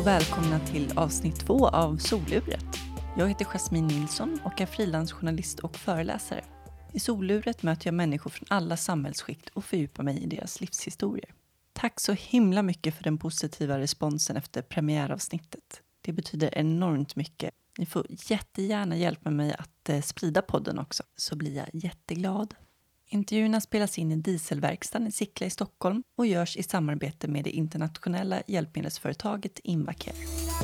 och välkomna till avsnitt 2 av Soluret. Jag heter Jasmine Nilsson och är frilansjournalist och föreläsare. I Soluret möter jag människor från alla samhällsskikt och fördjupar mig i deras livshistorier. Tack så himla mycket för den positiva responsen efter premiäravsnittet. Det betyder enormt mycket. Ni får jättegärna hjälpa mig att sprida podden också, så blir jag jätteglad. Intervjuerna spelas in i Dieselverkstan i Sickla i Stockholm och görs i samarbete med det internationella hjälpmedelsföretaget Invacare.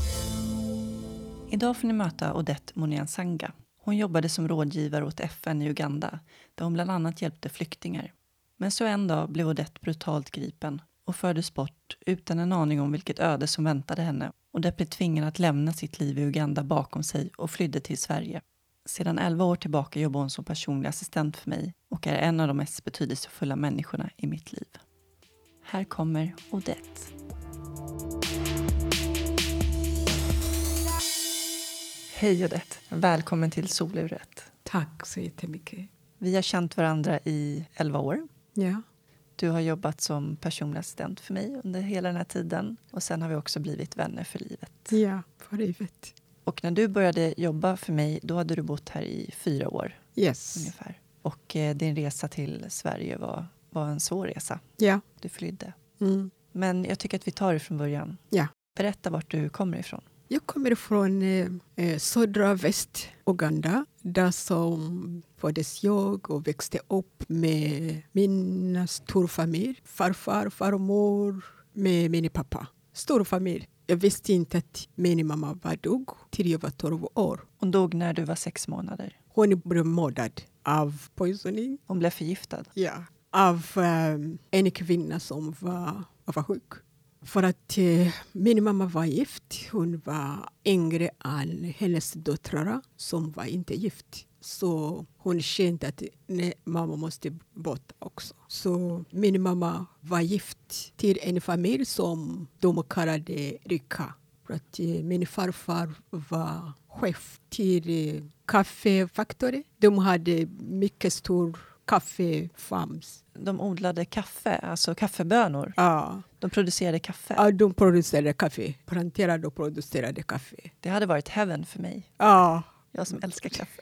Idag får ni möta Odette Munyansanga. Hon jobbade som rådgivare åt FN i Uganda, där hon bland annat hjälpte flyktingar. Men så en dag blev Odette brutalt gripen och fördes bort utan en aning om vilket öde som väntade henne. Odette blev tvingad att lämna sitt liv i Uganda bakom sig och flydde till Sverige. Sedan 11 år tillbaka jobbar hon som personlig assistent för mig och är en av de mest betydelsefulla människorna i mitt liv. Här kommer Odette. Hej Odette, välkommen till Soluret. Tack så jättemycket. Vi har känt varandra i 11 år. Ja. Du har jobbat som personlig assistent för mig under hela den här tiden. Och sen har vi också blivit vänner för livet. Ja, för livet. Och när du började jobba för mig, då hade du bott här i 4 år. Yes. Ungefär. Och din resa till Sverige var en svår resa. Ja. Du flydde. Mm. Men jag tycker att vi tar det från början. Ja. Berätta vart du kommer ifrån. Jag kommer från södra väst Uganda. Där som föddes jag och växte upp med min storfamilj. Farfar, farmor, med min pappa. Stor familj. Jag visste inte att min mamma var död till jag var 12 år. Hon dog när du var 6 månader. Hon blev mördad av poisoning. Hon blev förgiftad. Ja, av en kvinna som var sjuk. För att min mamma var gift. Hon var yngre än hennes döttrar som var inte gift. Så hon kände att mamma måste bort också. Så min mamma var gift till en familj som de kallade rika. För att min farfar var chef till kaffefaktori. De hade mycket stor kaffefarms. De odlade kaffe, alltså kaffebönor. Ja. De producerade kaffe. Ja, de producerade kaffe. Planterade och producerade kaffe. Det hade varit heaven för mig. Ja. Jag som älskar kaffe.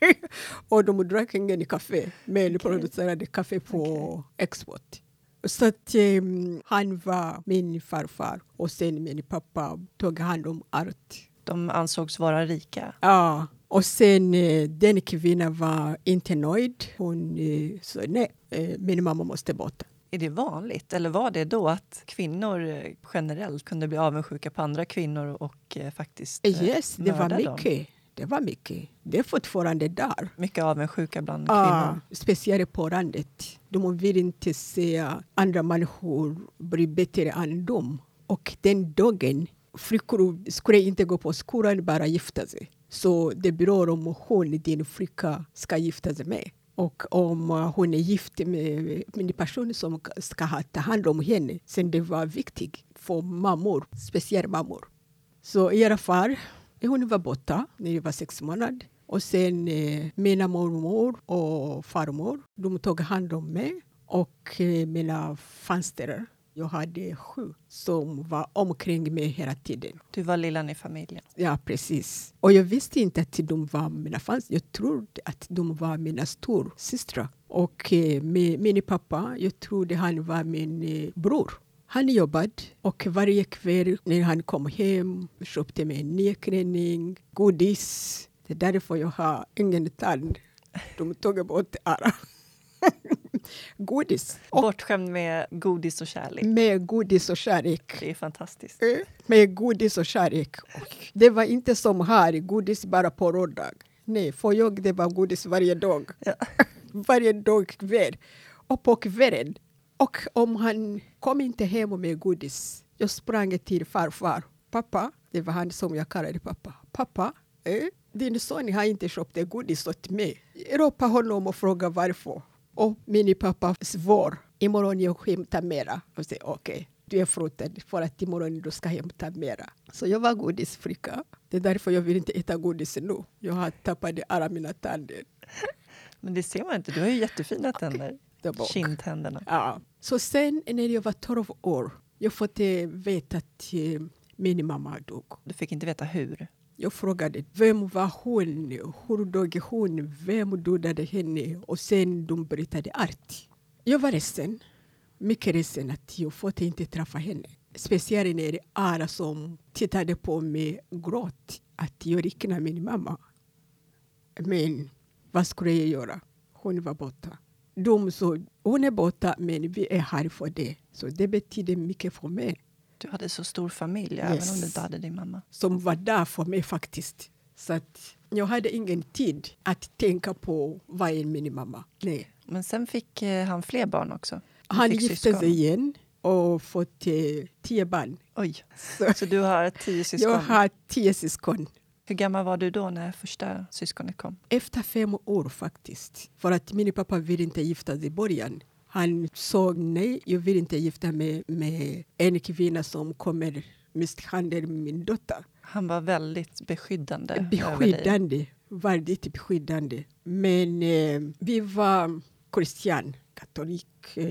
Och de drack ingen kaffe, men producerade kaffe på export. Så att han var min farfar och sen min pappa tog hand om allt. De ansågs vara rika. Ja, och sen den kvinnan var inte nöjd. Hon sa nej, min mamma måste bort. Är det vanligt? Eller var det då att kvinnor generellt kunde bli avundsjuka på andra kvinnor och faktiskt yes, det var mycket. Dem? Det var mycket. Det är fortfarande där. Mycket avundsjuka bland kvinnor. Speciellt på landet. De vill inte se andra människor bli bättre än dem. Och den dagen flickor skulle inte gå på skolan, bara gifta sig. Så det beror om din flicka ska gifta sig med. Och om hon är gift med en person som ska ta hand om henne. Sen det var viktigt för mammor, speciellt mammor. Så i alla fall, hon var borta när jag var 6 månader. Och sen mina mormor och farmor, de tog hand om mig. Och mina fönster. Jag hade 7 som var omkring mig hela tiden. Du var lillan i familjen. Ja, precis. Och jag visste inte att de var mina fans. Jag trodde att de var mina storsystrar. Och min pappa, jag trodde han var min bror. Han jobbade och varje kväll när han kom hem köpte mig en ny klänning, godis. Det är därför jag har ingen tand. De tog bort alla. Godis. Bortskämd med godis och kärlek. Med godis och kärlek. Det är fantastiskt. Med godis och kärlek. Det var inte som här, godis bara på råddag. Nej, för jag det var godis varje dag. Ja. Varje dag kväll. Och på kvällen. Och om han kom inte hem med godis. Jag sprang till farfar. Pappa, det var han som jag kallade pappa. Pappa, din son har inte köpt godis åt mig. Jag ropade honom och frågade varför. Och min pappa svar, imorgon jag hämtar mera. Och säger okej, du är fruten för att imorgon du ska hämta mera. Så jag var godisflicka. Det är därför jag vill inte äta godis nu. Jag har tappat alla mina tänder. Men det ser man inte, du har ju jättefina tänder. Kindtänderna. Ja. Så sen när jag var 12 år, jag fått veta att min mamma dog. Du fick inte veta hur? Jag frågade, vem var hon? Hur dog hon? Vem dödade henne? Och sen de berättade allt. Jag var ledsen. Mycket ledsen att jag fått inte träffa henne. Speciellt när alla som tittade på mig gråt att jag räknade min mamma. Men vad skulle jag göra? Hon var borta. De sa, hon är borta men vi är här för det. Så det betyder mycket för mig. Du hade så stor familj, Yes. även om du inte hade din mamma. Som var där för mig faktiskt. Så att jag hade ingen tid att tänka på vad är min mamma. Nej. Men sen fick han fler barn också. Du Han fick gifte syskon. sig igen och fått 10 barn. Oj, så du har 10 syskon. Jag har 10 syskon. Hur gammal var du då när första syskonet kom? Efter 5 år faktiskt. För att min pappa ville inte gifta sig i början. Han sa nej, jag vill inte gifta mig med en kvinna som kommer misshandla min dotter. Han var väldigt beskyddande. över dig. Beskyddande, väldigt beskyddande. Men vi var kristna, katolik.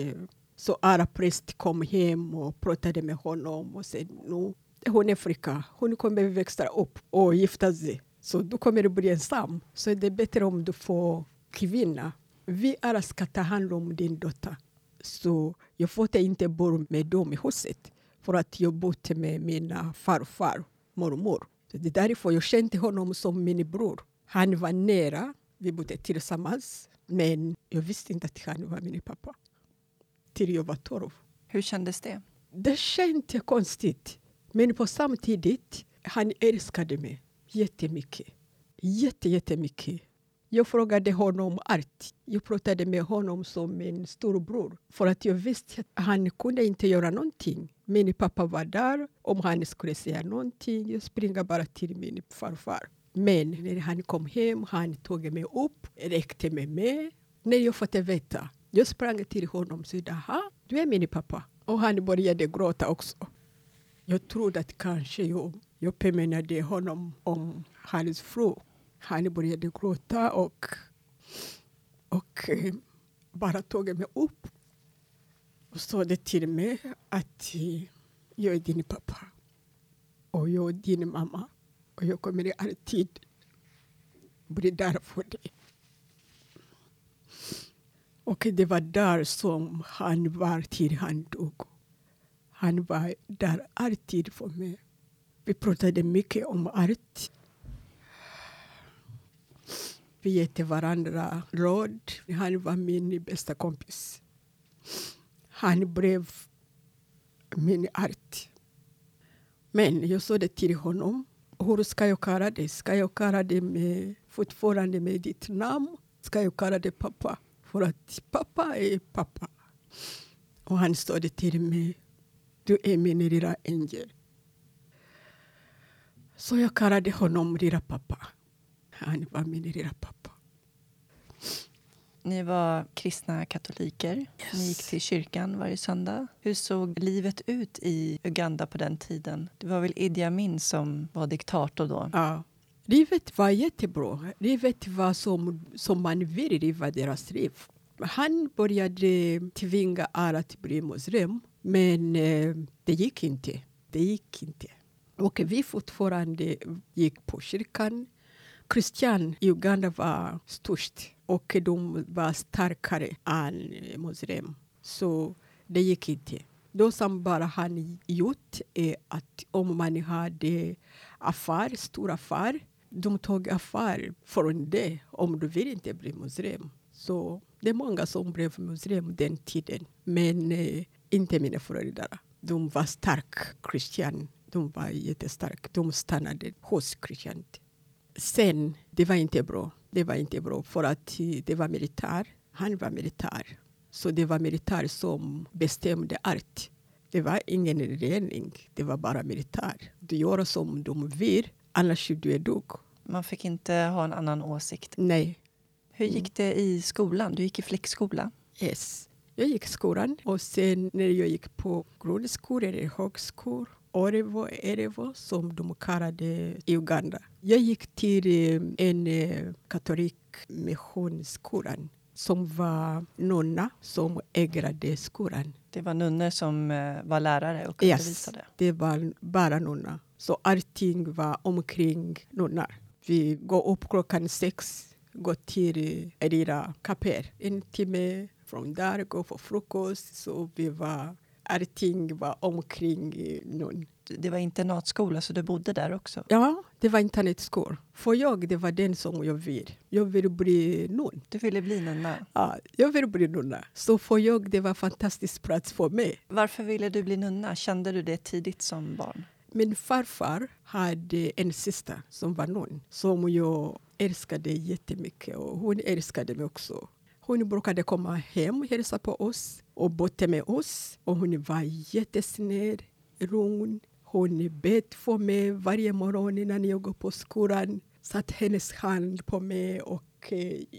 Så alla präst kom hem och pratade med honom och sa nu, hon är flicka, hon kommer växa upp och gifta sig. Så du kommer att bli ensam. Så det är bättre om du får kvinna. Vi alla ska ta hand om din dotter. Så jag får inte bo med dem i huset. För att jag bodde med mina farfar, mormor. Så det är därför jag kände honom som min bror. Han var nära, vi bodde tillsammans. Men jag visste inte att han var min pappa. Till jag var 12. Hur kändes det? Det kändes konstigt. Men på samtidigt, han älskade mig jättemycket. Jättemycket. Jag frågade honom allt. Jag pratade med honom som en storbror. För att jag visste att han kunde inte göra någonting. Min pappa var där. Om han skulle säga någonting, jag springer bara till min farfar. Men när han kom hem, han tog mig upp, räckte med mig. När jag fått veta, jag sprang till honom och sa, aha, du är min pappa. Och han började gråta också. Jag trodde att kanske jag påminnade honom om hans fru. Han började gråta och bara tog mig upp. Och sa det till mig att jag är din pappa. Och jag är din mamma. Och jag kommer alltid bli där för dig. Och det var där som han var till han dog. Han var där alltid för mig. Vi pratade mycket om allt. Vi gett varandra råd. Han var min bästa kompis. Han blev min allt. Men jag sa det till honom. Hur ska jag kalla det? Ska jag kalla det fortfarande med ditt namn? Ska jag kalla det pappa? För att pappa är pappa. Och han sa det till mig. Du är min lilla ängel. Så jag kallade honom lilla pappa. Han var min lilla pappa. Ni var kristna katoliker. Yes. Ni gick till kyrkan varje söndag. Hur såg livet ut i Uganda på den tiden? Det var väl Idi Amin som var diktator då? Ja. Livet var jättebra. Livet var som man vill leva deras liv. Han började tvinga alla att bli muslim. Men det gick inte. Och vi fortfarande gick på kyrkan. Kristna i Uganda var störst. Och de var starkare än muslim. Så det gick inte. Då som bara han gjort är att om man hade stor affär. De tog affär från det om du vill inte bli muslim. Så det är många som blev muslim den tiden. Men inte mina föräldrar. De var starka kristna. De var jättestarka. De stannade hos kristna. Sen, det var inte bra. För att det var militär. Han var militär. Så det var militär som bestämde allt. Det var ingen regering. Det var bara militär. Du gör som de vill. Annars du är död. Man fick inte ha en annan åsikt. Nej. Hur gick det i skolan? Du gick i flickskola. Yes. Jag gick i skolan. Och sen när jag gick på grundskola eller högskola. Erevo som de kallade i Uganda. Jag gick till en katolik missionsskolan. som var nunna som ägde skolan. Det var nunnor som var lärare och undervisade? Det var bara nunna. Så allting var omkring nunnar. Vi går upp 6:00, går till Edira kapell. 1 timme från där, går för frukost. Så allting var omkring nun. Det var internatskola, så du bodde där också? Ja, det var internatskola. För det var den som jag vill. Jag ville bli nun. Du ville bli nunna? Ja, jag ville bli nunna. Så för det var en fantastisk plats för mig. Varför ville du bli nunna? Kände du det tidigt som barn? Min farfar hade en syster som var nun. Som jag älskade jättemycket. Och hon älskade mig också. Hon brukade komma hem och hälsa på oss. Och bodde med oss. Och hon var jättesnäll, lugn. Hon bett för mig varje morgon innan jag går på skolan. Satt hennes hand på mig och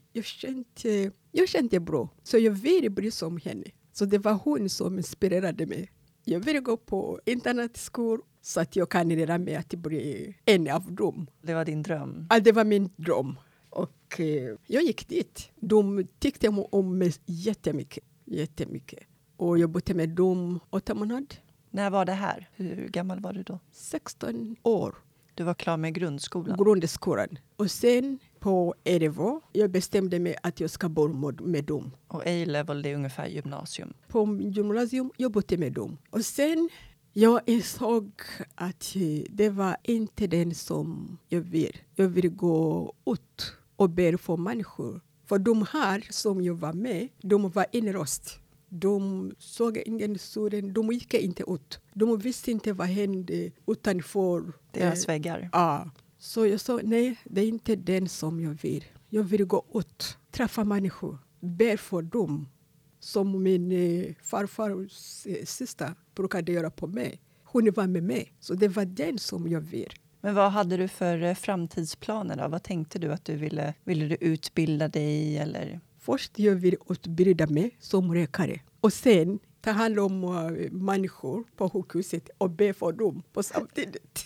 jag kände bra. Så jag ville bli som henne. Så det var hon som inspirerade mig. Jag ville gå på internatskola så att jag kan lära mig att bli en av dem. Det var din dröm? Ja, det var min dröm. Och jag gick dit. De tyckte om mig jättemycket. Och jag bodde med dem 8 månader. När var det här? Hur gammal var du då? 16 år. Du var klar med grundskolan? Grundskolan. Och sen på A-level, jag bestämde mig att jag ska bo med dem. Och A-level, det är ungefär gymnasium? På gymnasium, jag bodde med dem. Och sen, jag insåg att det var inte den som jag vill. Jag vill gå ut och be för människor. För de här som jag var med, de var inröst. De såg ingen solen, de gick inte ut. De visste inte vad hände utanför deras väggar. Ja. Så jag sa, nej, det är inte den som jag vill. Jag vill gå ut, träffa människor, be för dem. Som min farfars syster brukade göra på mig. Hon var med mig, så det var den som jag vill. Men vad hade du för framtidsplaner då? Vad tänkte du att du ville du utbilda dig eller? Först jag vill utbilda mig som läkare. Och sen ta hand om människor på sjukhuset och be för dem på samtidigt.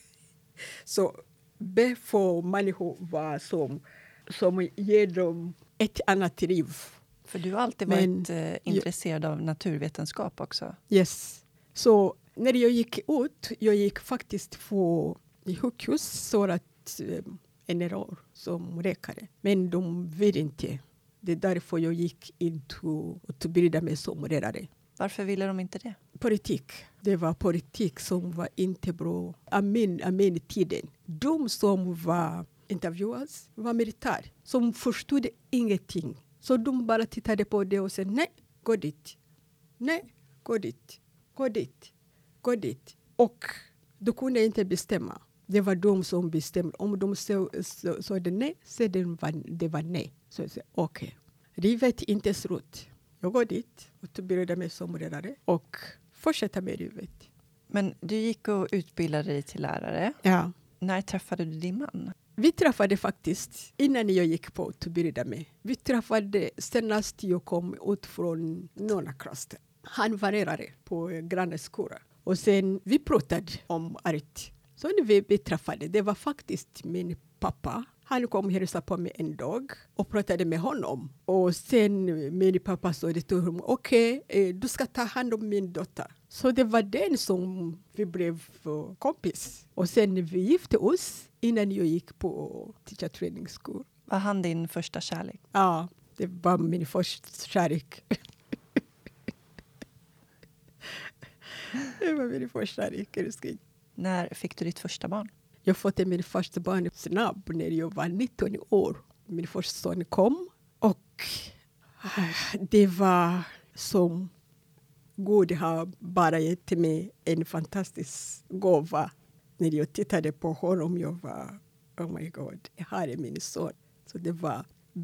Så be för människor som ger dem ett annat liv. För du har alltid varit intresserad av naturvetenskap också. Yes. Så när jag gick ut, jag gick faktiskt på sjukhus så att en år som läkare. Men de vill inte. Det är därför jag gick inte och utbildade mig som lärare. Varför ville de inte det? Politik. Det var politik som var inte bra. Amen tiden. De som var intervjuas var militär. Som förstod ingenting. Så de bara tittade på det och sa nej, gå dit. Nej, gå dit. Gå dit. Gå dit. Och de kunde inte bestämma. Det var de som bestämde. Om de sa det nej, så det var nej. Så jag sa okej. Livet är inte slut. Jag går dit och utbildade mig som lärare och fortsätter med livet. Men du gick och utbildade dig till lärare. Ja. När träffade du din man? Vi träffade faktiskt innan jag gick på att utbilda mig. Vi träffade senast jag kom ut från Nonnaklaster. Han var lärare på grannskola. Och sen vi pratade om allt. Så när vi träffade, det var faktiskt min pappa. Han kom och hälsade på mig en dag och pratade med honom. Och sen min pappa sa det till honom, okej, du ska ta hand om min dotter. Så det var den som vi blev kompis. Och sen vi gifte oss innan jag gick på teacherträningsskola. Var han din första kärlek? Ja, det var min första kärlek. Det var min första kärlek, älskling. När fick du ditt första barn? Jag fick min första barn snabbt när jag var 19 år. Min första son kom och det var som Gud har bara gett mig en fantastisk gåva. När jag tittade på honom jag var, oh my God, här är min son. Så det var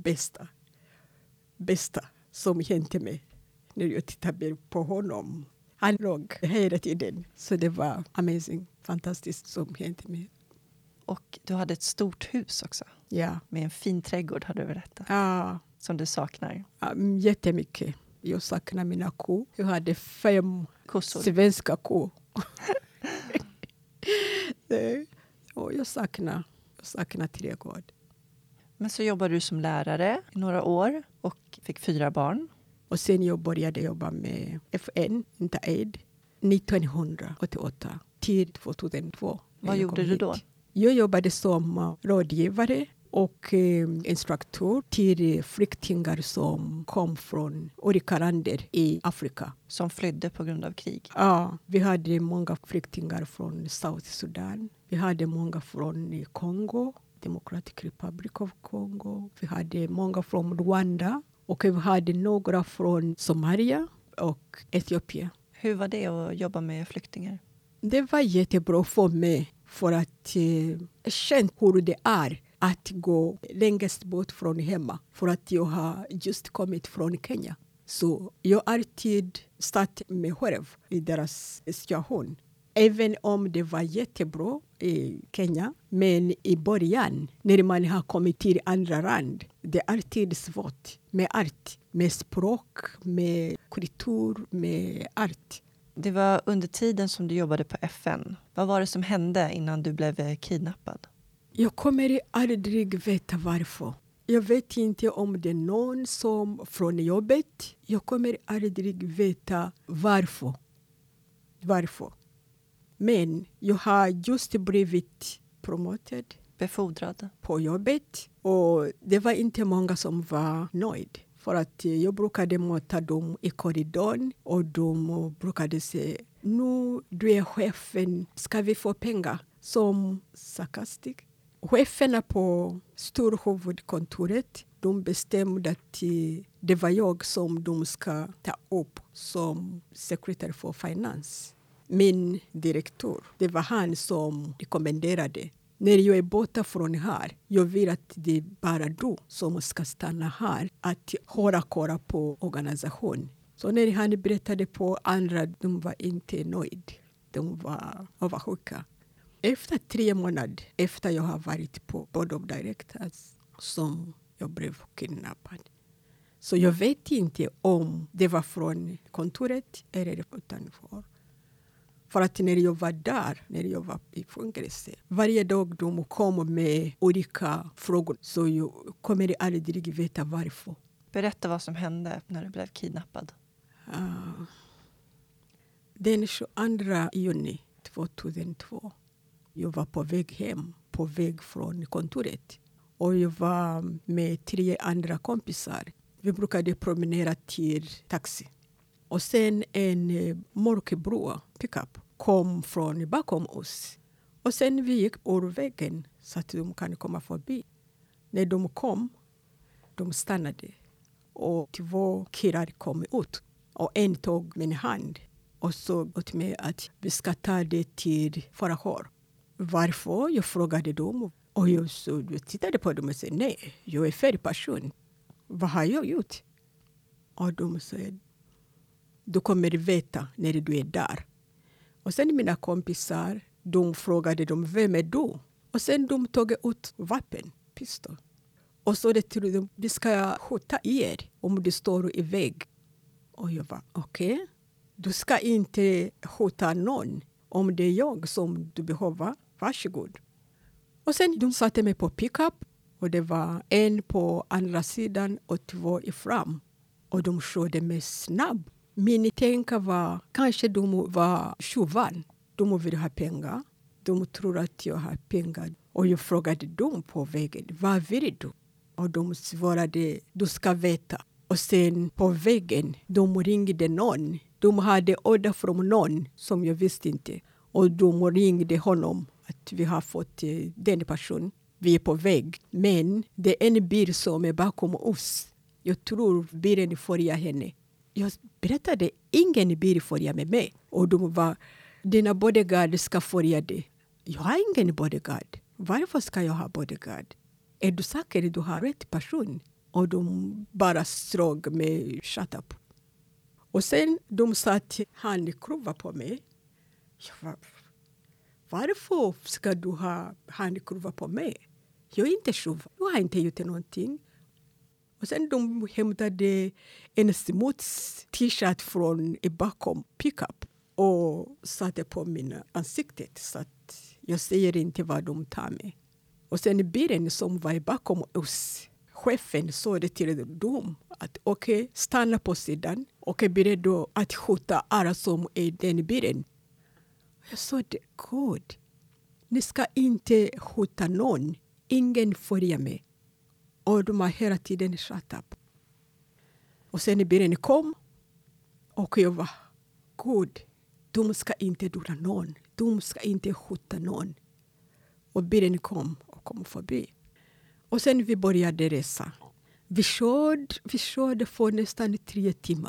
bästa som hände mig när jag tittade på honom. Han låg hela tiden. Så det var amazing, fantastiskt som hände mig. Och du hade ett stort hus också. Ja. Med en fin trädgård har du berättat. Ja. Som du saknar. Ja, jättemycket. Jag saknar mina kor. Jag hade 5 kossor. Svenska kor. Och jag saknar trädgård. Men så jobbade du som lärare i några år och fick 4 barn. Och sen började jag jobba med FN, inte aid, 1988 till 2002. Vad gjorde du då? Jag jobbade som rådgivare och instruktör till flyktingar som kom från olika länder i Afrika. Som flydde på grund av krig? Ja, vi hade många flyktingar från South Sudan. Vi hade många från Kongo, Democratic Republic of Congo. Vi hade många från Rwanda och vi hade några från Somalia och Etiopien. Hur var det att jobba med flyktingar? Det var jättebra för mig för att jag kände hur det är att gå längst bort från hemma. För att jag har just kommit från Kenya. Så jag alltid startat mig själv i deras situation. Även om det var jättebra i Kenya. Men i början, när man har kommit till andra land, det är alltid svårt med allt. Med språk, med kultur, med allt. Det var under tiden som du jobbade på FN. Vad var det som hände innan du blev kidnappad? Jag kommer aldrig veta varför. Jag vet inte om det är någon som från jobbet. Jag kommer aldrig veta varför. Men jag har just blivit promoted. Befordrad. På jobbet. Och det var inte många som var nöjd. För att jag brukade möta dem i korridoren. Och de brukade säga, nu du är chefen, ska vi få pengar? Som sarkastisk. Cheferna på storhuvudkontoret, de bestämde att det var jag som de ska ta upp som secretary for finance. Min direktör, det var han som rekommenderade. När jag är borta från här, jag vill att det är bara du som ska stanna här. Att hålla kolla på organisation. Så när han berättade på andra, de var inte nöjda. De var avundsjuka. Efter 3 månader, efter jag har varit på board of directors, som jag blev kidnappad. Så jag vet inte om det var från kontoret eller utanför. För att när jag var där, när jag var i fängelse, varje dag de kom med olika frågor. Så jag kommer aldrig veta varför. Berätta vad som hände när du blev kidnappad. Den 22 juni 2002. Jag var på väg hem, på väg från kontoret. Och jag var med 3 andra kompisar. Vi brukade promenera till taxi. Och sen en mörkblå pickup kom från bakom oss. Och sen vi gick ur vägen så att de kan komma förbi. När de kom, de stannade. Och 2 killar kom ut. Och en tog min hand och sa åt mig att vi ska ta det till förhör. Varför? Jag frågade dem. Och jag tittade på dem och sa, nej, jag är fel person. Vad har jag gjort? Och de sa, du kommer veta när du är där. Och sen mina kompisar, de frågade dem, vem är du? Och sen de tog ut vapen, pistol. Och så det till dem, vi ska skjuta er om du står i väg. Och jag var, okej. Du ska inte skjuta någon. Om det är jag som du behöver, varsågod. Och sen de satte mig på pickup. Och det var en på andra sidan och 2 i fram. Och de körde mig snabb. Min tänka var, kanske de var tjuvar. De vill ha pengar. De tror att jag har pengar. Och jag frågade dem på vägen, vad vill du? Och de svarade, du ska veta. Och sen på vägen, de ringde någon. De hade order från någon som jag visste inte. Och de ringde honom att vi har fått den personen. Vi är på väg. Men det är en bil som är bakom oss. Jag tror bilen följer henne. Jag berättade, ingen bil följer med mig. Och de var, dina bodyguard ska följa dig. Jag har ingen bodyguard. Varför ska jag ha bodyguard? Är du säker att du har rätt person? Och de bara strög med shut up. Och sen de satt handkruvar på mig. Jag var, varför ska du ha handkruvar på mig? Jag är inte tjuv. Jag har inte gjort någonting. Och sen de hämtade en smuts t-shirt från bakom pickup. Och satte på min ansiktet så att jag ser inte vad de tar med. Och sen bilen som var bakom oss, chefen sa det till dem att okej, stanna på sidan och är beredd att skjuta alla som är den bilen. Jag sa det, God, ni ska inte skjuta någon. Ingen följer med. Och de har hela tiden shut up. Och sen bilen kom och jag var, God, de ska inte döda någon. De ska inte skjuta någon. Och bilen kom förbi. Och sen vi började resa. Vi körde för nästan 3 timmar.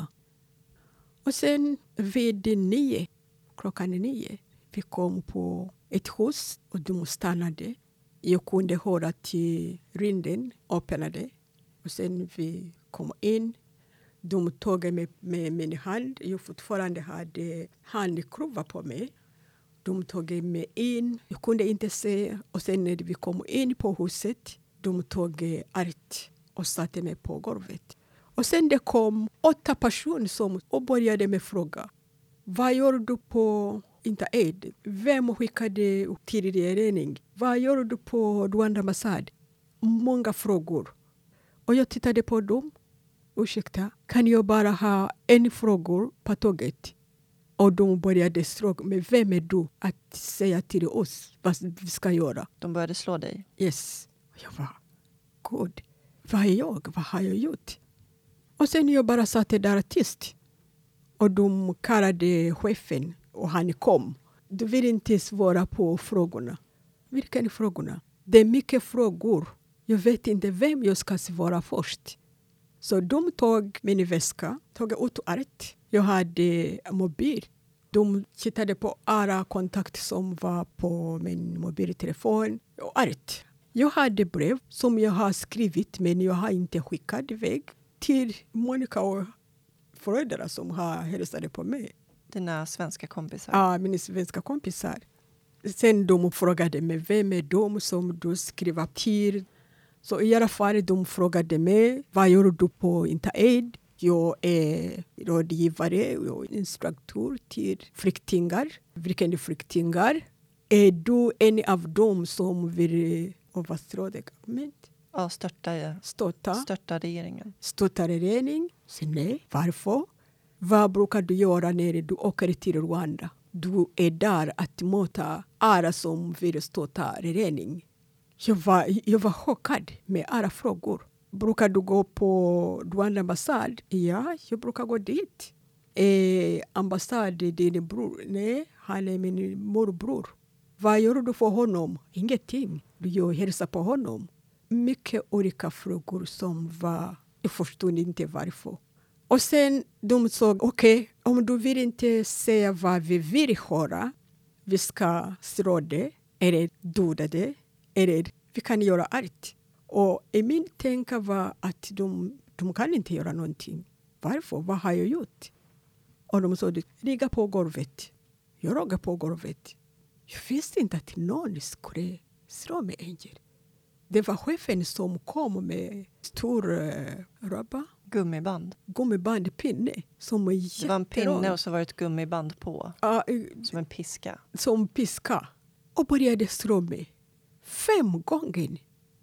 Och sen vid klockan 9, vi kom på ett hus och de stannade. Jag kunde höra till rymden öppnade. Och sen vi kom in. De tog med min hand. Jag fortfarande hade handklovar på mig. De tog mig in. Jag kunde inte se. Och sen när vi kom in på huset. De tog allt och satte mig på golvet. Och sen det kom 8 personer som började med fråga. Vad gör du på Inter-Aid? Vem skickade till regering? Vad gör du på Rwanda ambassad? Många frågor. Och jag tittade på dem. Ursäkta, kan jag bara ha en fråga på tåget? Och de började fråga, men vem är du att säga till oss vad vi ska göra? De började slå dig? Yes. Jag var, God, vad är jag? Vad har jag gjort? Och sen jag bara satt där tyst. Och de kallade chefen och han kom. Du vill inte svara på frågorna. Vilka frågorna? Det är mycket frågor. Jag vet inte vem jag ska svara först. Så de tog min väska, tog ut allt. Jag hade mobil. De tittade på alla kontakter som var på min mobiltelefon och allt. Jag hade brev som jag har skrivit men jag har inte skickat iväg till Monica och föräldrar som har hälsat på mig. Dina svenska kompisar? Ja, mina svenska kompisar. Sen de frågade mig, vem är de som du skriver till? Så i alla fall de frågade mig, vad gör du på Inter-Aid? Jag är rådgivare och instruktör till flyktingar. Vilka flyktingar? Är du en av dem som vill överstrå det? Ja, störta regeringen. Störta regering? Så nej, varför? Vad brukar du göra när du åker till Rwanda? Du är där att möta alla som vill störta regering. Jag var chockad med alla frågor. Brukar du gå på Rwanda ambassad? Ja, jag brukar gå dit. Ambassad, din bror? Nej, han är min morbror. Vad gör du för honom? Ingenting. Du hälsar på honom. Mycket olika frågor som var... Jag förstod inte varför. Och sen de sa, okej, om du vill inte säga vad vi vill höra, vi ska slå det, eller döda det, eller vi kan göra allt. Och i min tänka var att de kan inte göra någonting. Varför? Vad har jag gjort? Och de sa, ligga på golvet. Jag låg på golvet. Jag visste inte att någon skulle slå mig, Angel. Det var chefen som kom med stor rubba. Gummiband, pinne. Som det var en pinne och så var det ett gummiband på. Som en piska. Som piska. Och började slå mig. 5 gånger.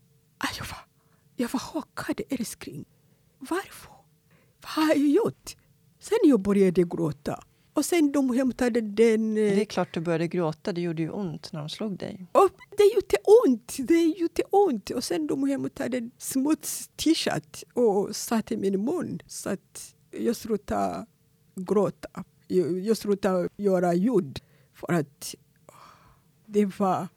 Jag var chockad, älskling. Varför? Vad har jag gjort? Sen jag började gråta. Och sen de hämtade den... Det är klart du började gråta. Det gjorde ju ont när de slog dig. Och det gjorde ont. Och sen de hämtade smuts t-shirt och satte i min mun. Så att jag slutade gråta. Jag slutade göra ljud. För att det var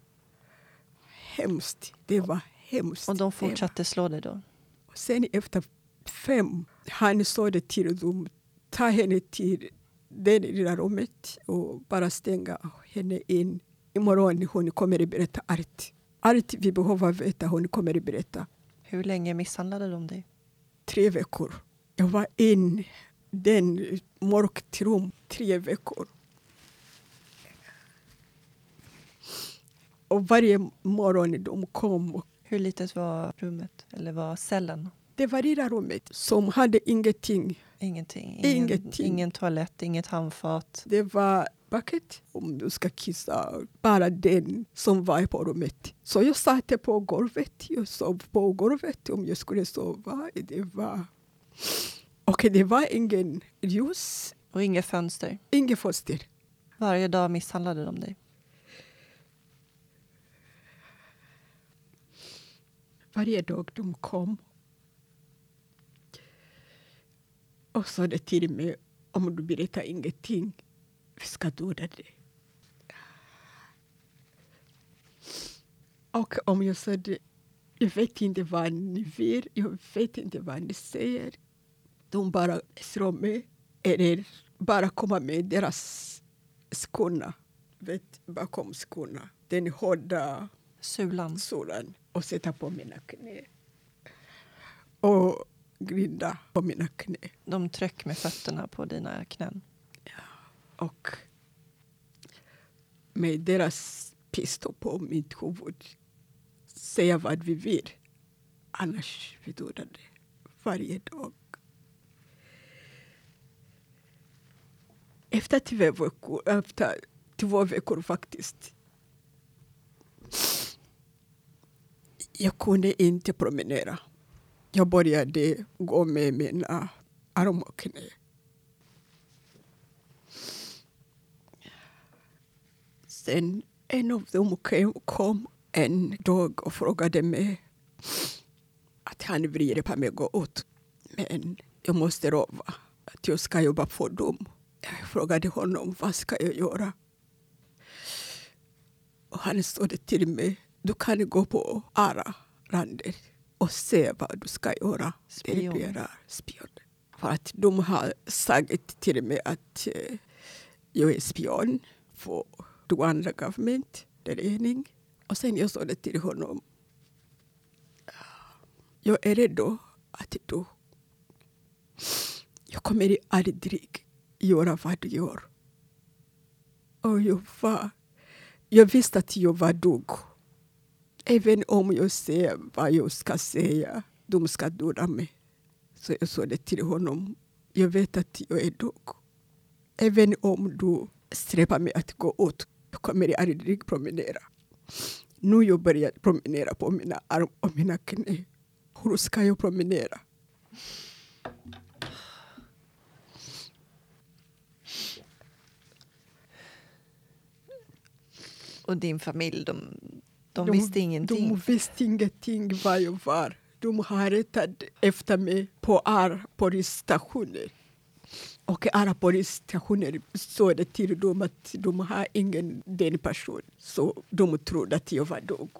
hemskt. Det var hemskt. Och de fortsatte slå dig då? Och sen efter 5, han sa det till dem. Ta henne till det lilla rummet och bara stänga henne in. Imorgon hon kommer att berätta allt. Allt vi behöver veta hon kommer att berätta. Hur länge misshandlade de dig? 3 veckor. Jag var in den mörkt rum 3 veckor. Och varje morgon de kom. Hur litet var rummet? Eller var cellen? Det var lilla rummet som hade ingenting. Ingen toalett, inget handfat. Det var bucket om du ska kissa. Bara den som var på rummet. Så jag satt på golvet. Jag sov på golvet om jag skulle sova. Det var ingen ljus. Och inga fönster? Inget fönster. Varje dag misshandlade de dig? Varje dag de kom. Och sa det till mig, om du berättar ingenting, vi ska döda dig. Och om jag sa det, jag vet inte vad ni vill, jag vet inte vad ni säger. De bara slår mig, eller bara komma med deras skorna. Vet, bakom skorna. Den hårda Sulan. Och sätta på mina knä. Och grinda på mina knä. De tryck med fötterna på dina knän. Ja. Och med deras pistol på mitt huvud. Säga vad vi vill. Annars vi dödar det. Varje dag. Efter 2 veckor faktiskt. Jag kunde inte promenera. Jag började gå med mina arm och knä. Sen en av dem kom en dag och frågade mig att han vill hjälpa mig gå ut. Men jag måste lova att jag ska jobba för dem. Jag frågade honom, vad ska jag göra? Och han sa till mig, du kan gå på ARA-landet och se vad du ska göra. Spion. För att de har sagt till mig att jag är spion för Rwanda government, ledning. Och sen jag sa det till honom, jag är rädd att jag kommer aldrig göra vad du gör. Och jag visste att jag var dug. Även om jag säger vad jag ska säga, de ska döda mig. Så jag sa det till honom, jag vet att jag är dug. Även om du släpper mig att gå ut, jag kommer aldrig promenera. Nu jag börjar promenera på mina arm och mina knä. Hur ska jag promenera? Och din familj, de visste ingenting? De visste ingenting vad jag var. De har rättat efter mig på polisstationer. Och alla polisstationer sa det till dem att de har ingen den person. Så de trodde att jag var död.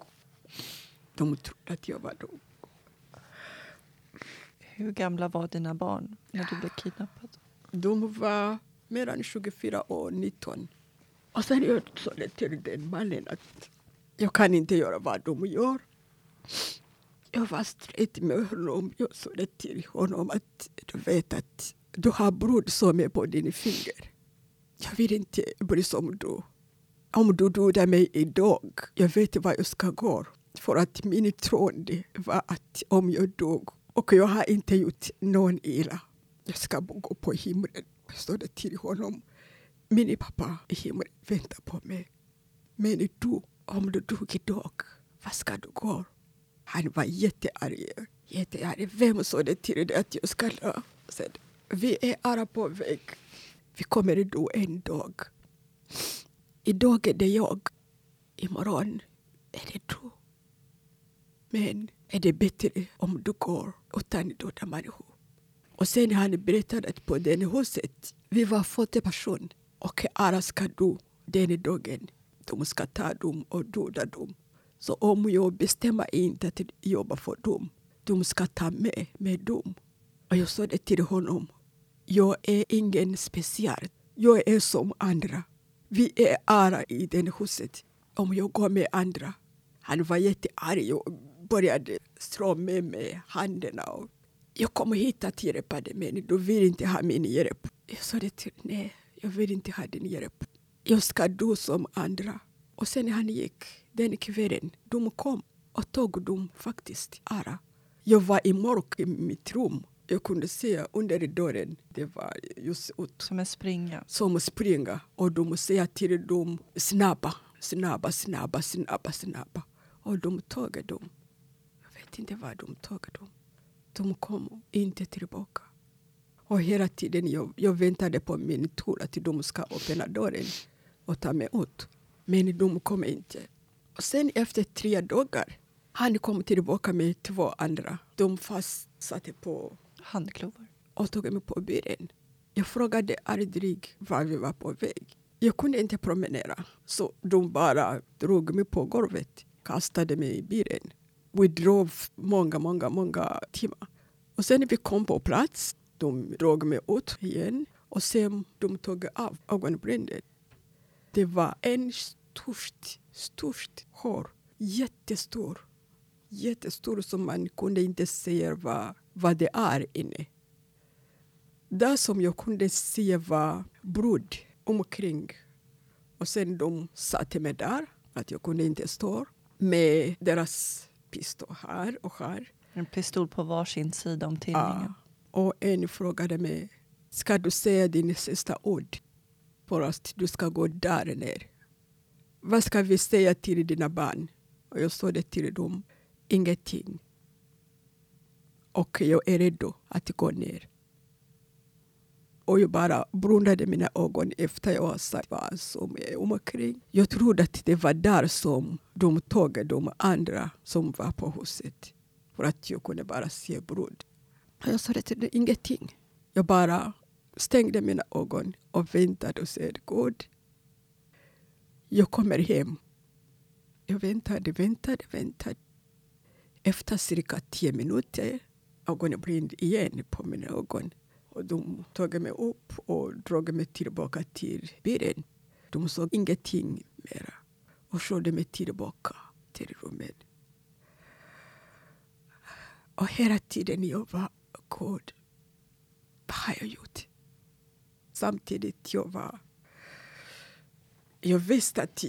Hur gamla var dina barn när du blev kidnappad? De var mellan 24 och 19. Och sen jag sa det till den mannen att jag kan inte göra vad de gör. Jag var strätt med honom. Jag sa det till honom att du vet att du har blod som är på din finger. Jag vill inte bli som du. Om du dödar mig idag, jag vet vad jag ska gå. För att min tråd var att om jag dog och jag har inte gjort någon illa, jag ska gå på himlen. Jag sa det till honom. Min pappa i himlen väntar på mig. Men du, om du dog idag, vad ska du gå? Han var jättearg. Vem sa det till dig att jag ska dö? Vi är alla på väg. Vi kommer att dö en dag. Idag är det jag. Imorgon är det du. Men är det bättre om du går utan döda människor? Och sen han berättade att på den huset vi var 40 personer. Och alla ska dö den dagen. De ska ta dem och döda dem. Så om jag bestämmer inte att jobba för dem, de ska ta med dem. Och jag sa det till honom. Jag är ingen speciell. Jag är som andra. Vi är alla i den huset. Om jag går med andra. Han var jättearg och började slå med händerna. Jag kommer hit att hjälpa dig, men du vill inte ha min hjälp. Jag sa det till nej, jag vill inte ha din hjälp. Jag ska dö som andra. Och sen han gick den kvällen. De kom och tog dem faktiskt alla. Jag var i mörk i mitt rum. Jag kunde se under dörren, det var just ut. Som en springa. Som att springa. Och de säger till dem, snabba. Och de tog dem. Jag vet inte vad de tog dem. De kom inte tillbaka. Och hela tiden jag väntade på min tur att de ska öppna dörren och ta mig ut. Men de kom inte. Och sen efter 3 dagar, han kom tillbaka med 2 andra. De fastsatte på handklovar och tog mig på bilen. Jag frågade aldrig var vi var på väg. Jag kunde inte promenera. Så de bara drog mig på golvet. Kastade mig i bilen. Vi drog många timmar. Och sen när vi kom på plats. De drog mig ut igen. Och sen de tog av ögonbrynen. Det var en störst hår. Jättestor som man kunde inte se vad det är inne. Det som jag kunde se var blod omkring. Och sen de satte mig där. Att jag kunde inte stå. Med deras pistol här och här. En pistol på varsin sida om tinningen. Och en frågade mig. Ska du säga din sista ord? För att du ska gå där ner. Vad ska vi säga till dina barn? Och jag sa det till dem. Ingenting. Och jag är redo att gå ner. Och jag bara brundade mina ögon efter jag har sagt vad som är omkring. Jag trodde att det var där som de tog de andra som var på huset. För att jag kunde bara se blod. Och jag sa det ingenting. Jag bara stängde mina ögon och väntade och sa God. Jag kommer hem. Jag väntade. Efter cirka 10 minuter ögonen blind igen på mina ögon. Och de tog mig upp och drog mig tillbaka till bilen. De såg ingenting mer. Och körde mig tillbaka till rummet. Och hela tiden jag var God. Vad har jag gjort? Samtidigt jag visste att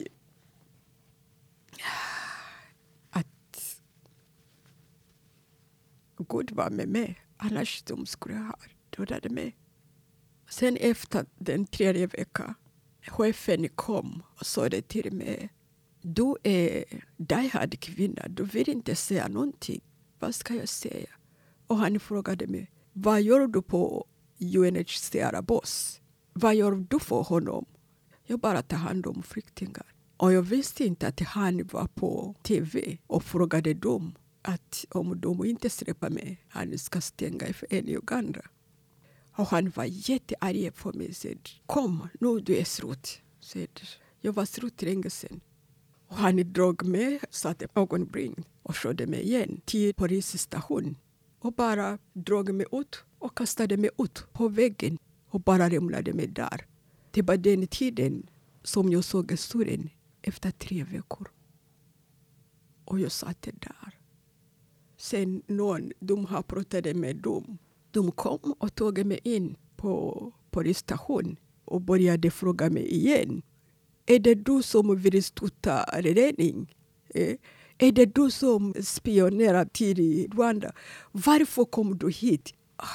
Gud var med mig. Annars de skulle ha dödat mig. Sen efter den 3:e veckan. Chefen kom och sa det till mig. Du är diehard kvinna. Du vill inte säga någonting. Vad ska jag säga? Och han frågade mig. Vad gör du på UNHCR boss? Vad gör du för honom? Jag bara tar hand om flyktingar. Och jag visste inte att han var på TV och frågade dem. Att om de inte släpper mig, han ska stänga FN i Uganda. Och han var jättearg på mig. Said, kom, nu du är slut. Said, jag var slut länge sedan. Och han drog mig, satte ögonbryn och körde mig igen till polisstation. Och bara drog mig ut och kastade mig ut på väggen. Och bara lämnade mig där. Det var den tiden som jag såg historien efter 3 veckor. Och jag satt där. Sen de har pratat med dem. De kom och tog mig in på polisstation och började fråga mig igen. Är det du som vill stötta räddning? Är det du som spionerar till Rwanda? Varför kom du hit?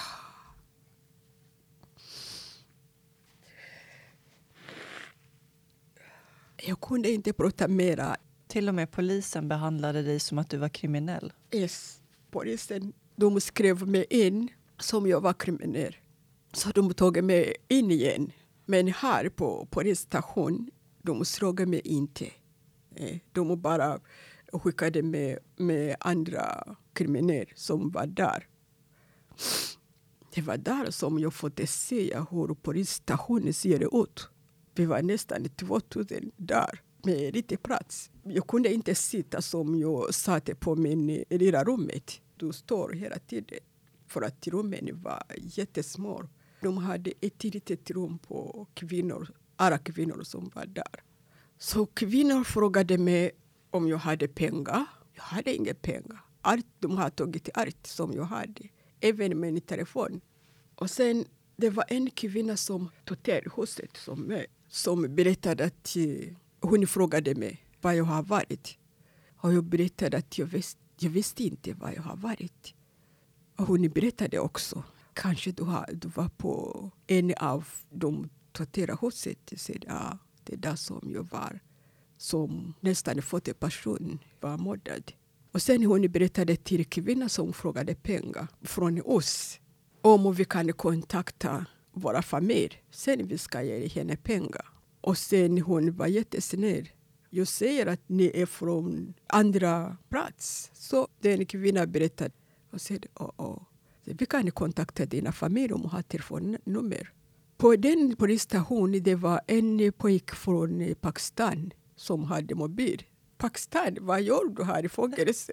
Jag kunde inte prata mera. Till och med polisen behandlade dig som att du var kriminell. Yes, polisen. De skrev mig in som jag var kriminell. Så de tog mig in igen. Men här på polisstation, de såg mig inte. De bara skickade med andra kriminella som var där. Det var där som jag fått se hur polisstationen ser ut. Vi var nästan 2000 där med lite plats. Jag kunde inte sitta som jag satt på min lilla rummet. Du står hela tiden. För att rummen var jättesmå. De hade ett litet rum på alla kvinnor som var där. Så kvinnor frågade mig om jag hade pengar. Jag hade inga pengar. De hade tagit allt som jag hade. Även min telefon. Och sen det var en kvinna som tog till huset som berättade att hon frågade mig vad jag har varit. Och jag berättade att jag visste inte vad jag har varit. Och hon berättade också kanske du var på en av de tatuerarhuset. Ja, det är där som jag var. Som nästan fått en person var mördad. Och sen hon berättade till kvinnan som frågade pengar från oss. Om vi kan kontakta våra familjer. Sen vi ska ge henne pengar. Och sen hon var jättesnäll. Jag säger att ni är från andra plats. Så den kvinnan berättade. Och sa, vi kan kontakta dina familjer om du har telefonnummer. På den polisstationen det var en pojk från Pakistan som hade mobil. Pakistan, vad gör du här i fängelse?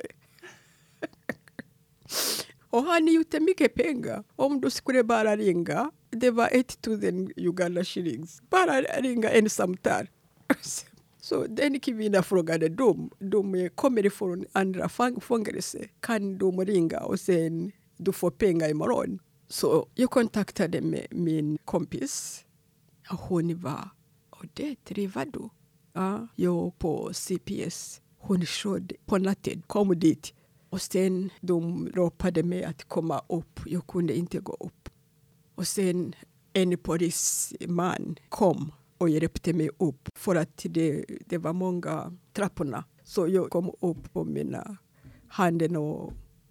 Och han gjorde mycket pengar. Om du skulle bara ringa, det var 1000 Uganda shillings. Bara ringa en samtal. Så den kvinnan frågade dem. De kommer från andra fängelse. Kan de ringa och sen du får pengar imorgon? Så jag kontaktade med min kompis. Och hon var, och det var du. Ja, jag på CPS. Hon körde på natten, kom dit. Och sen de ropade mig att komma upp. Jag kunde inte gå upp. Och sen en polisman kom och hjälpte mig upp. För att det var många trapporna. Så jag kom upp på mina händer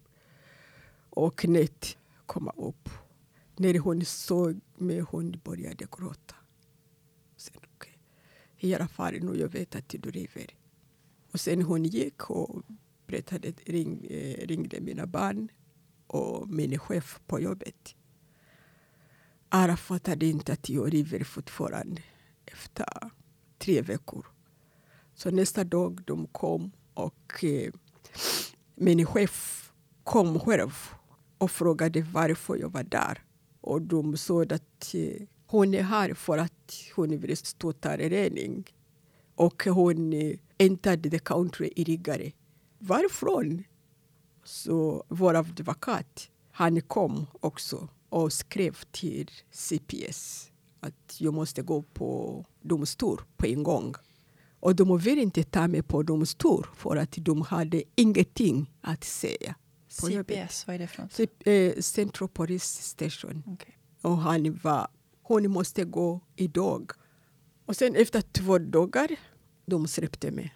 och knät komma upp. När hon såg mig, hon började gråta. Sen, okay. I alla fall nu jag vet att du lever. Och sen hon gick och berättade, ringde mina barn och min chef på jobbet. Alla fattade inte att jag lever fortfarande efter 3 veckor. Så nästa dag de kom och min chef kom själv och frågade varför jag var där. Och de sa att hon är här för att hon vill starta rening. Och hon entered the country illegally. Varifrån? Så vår advokat, han kom också och skrev till CPS att jag måste gå på domstol på en gång. Och de vill inte ta mig på domstol för att de hade ingenting att säga. CPS, vad är det från? Central Police Station. Okay. Och hon måste gå idag. Och sen efter 2 dagar, de släppte mig.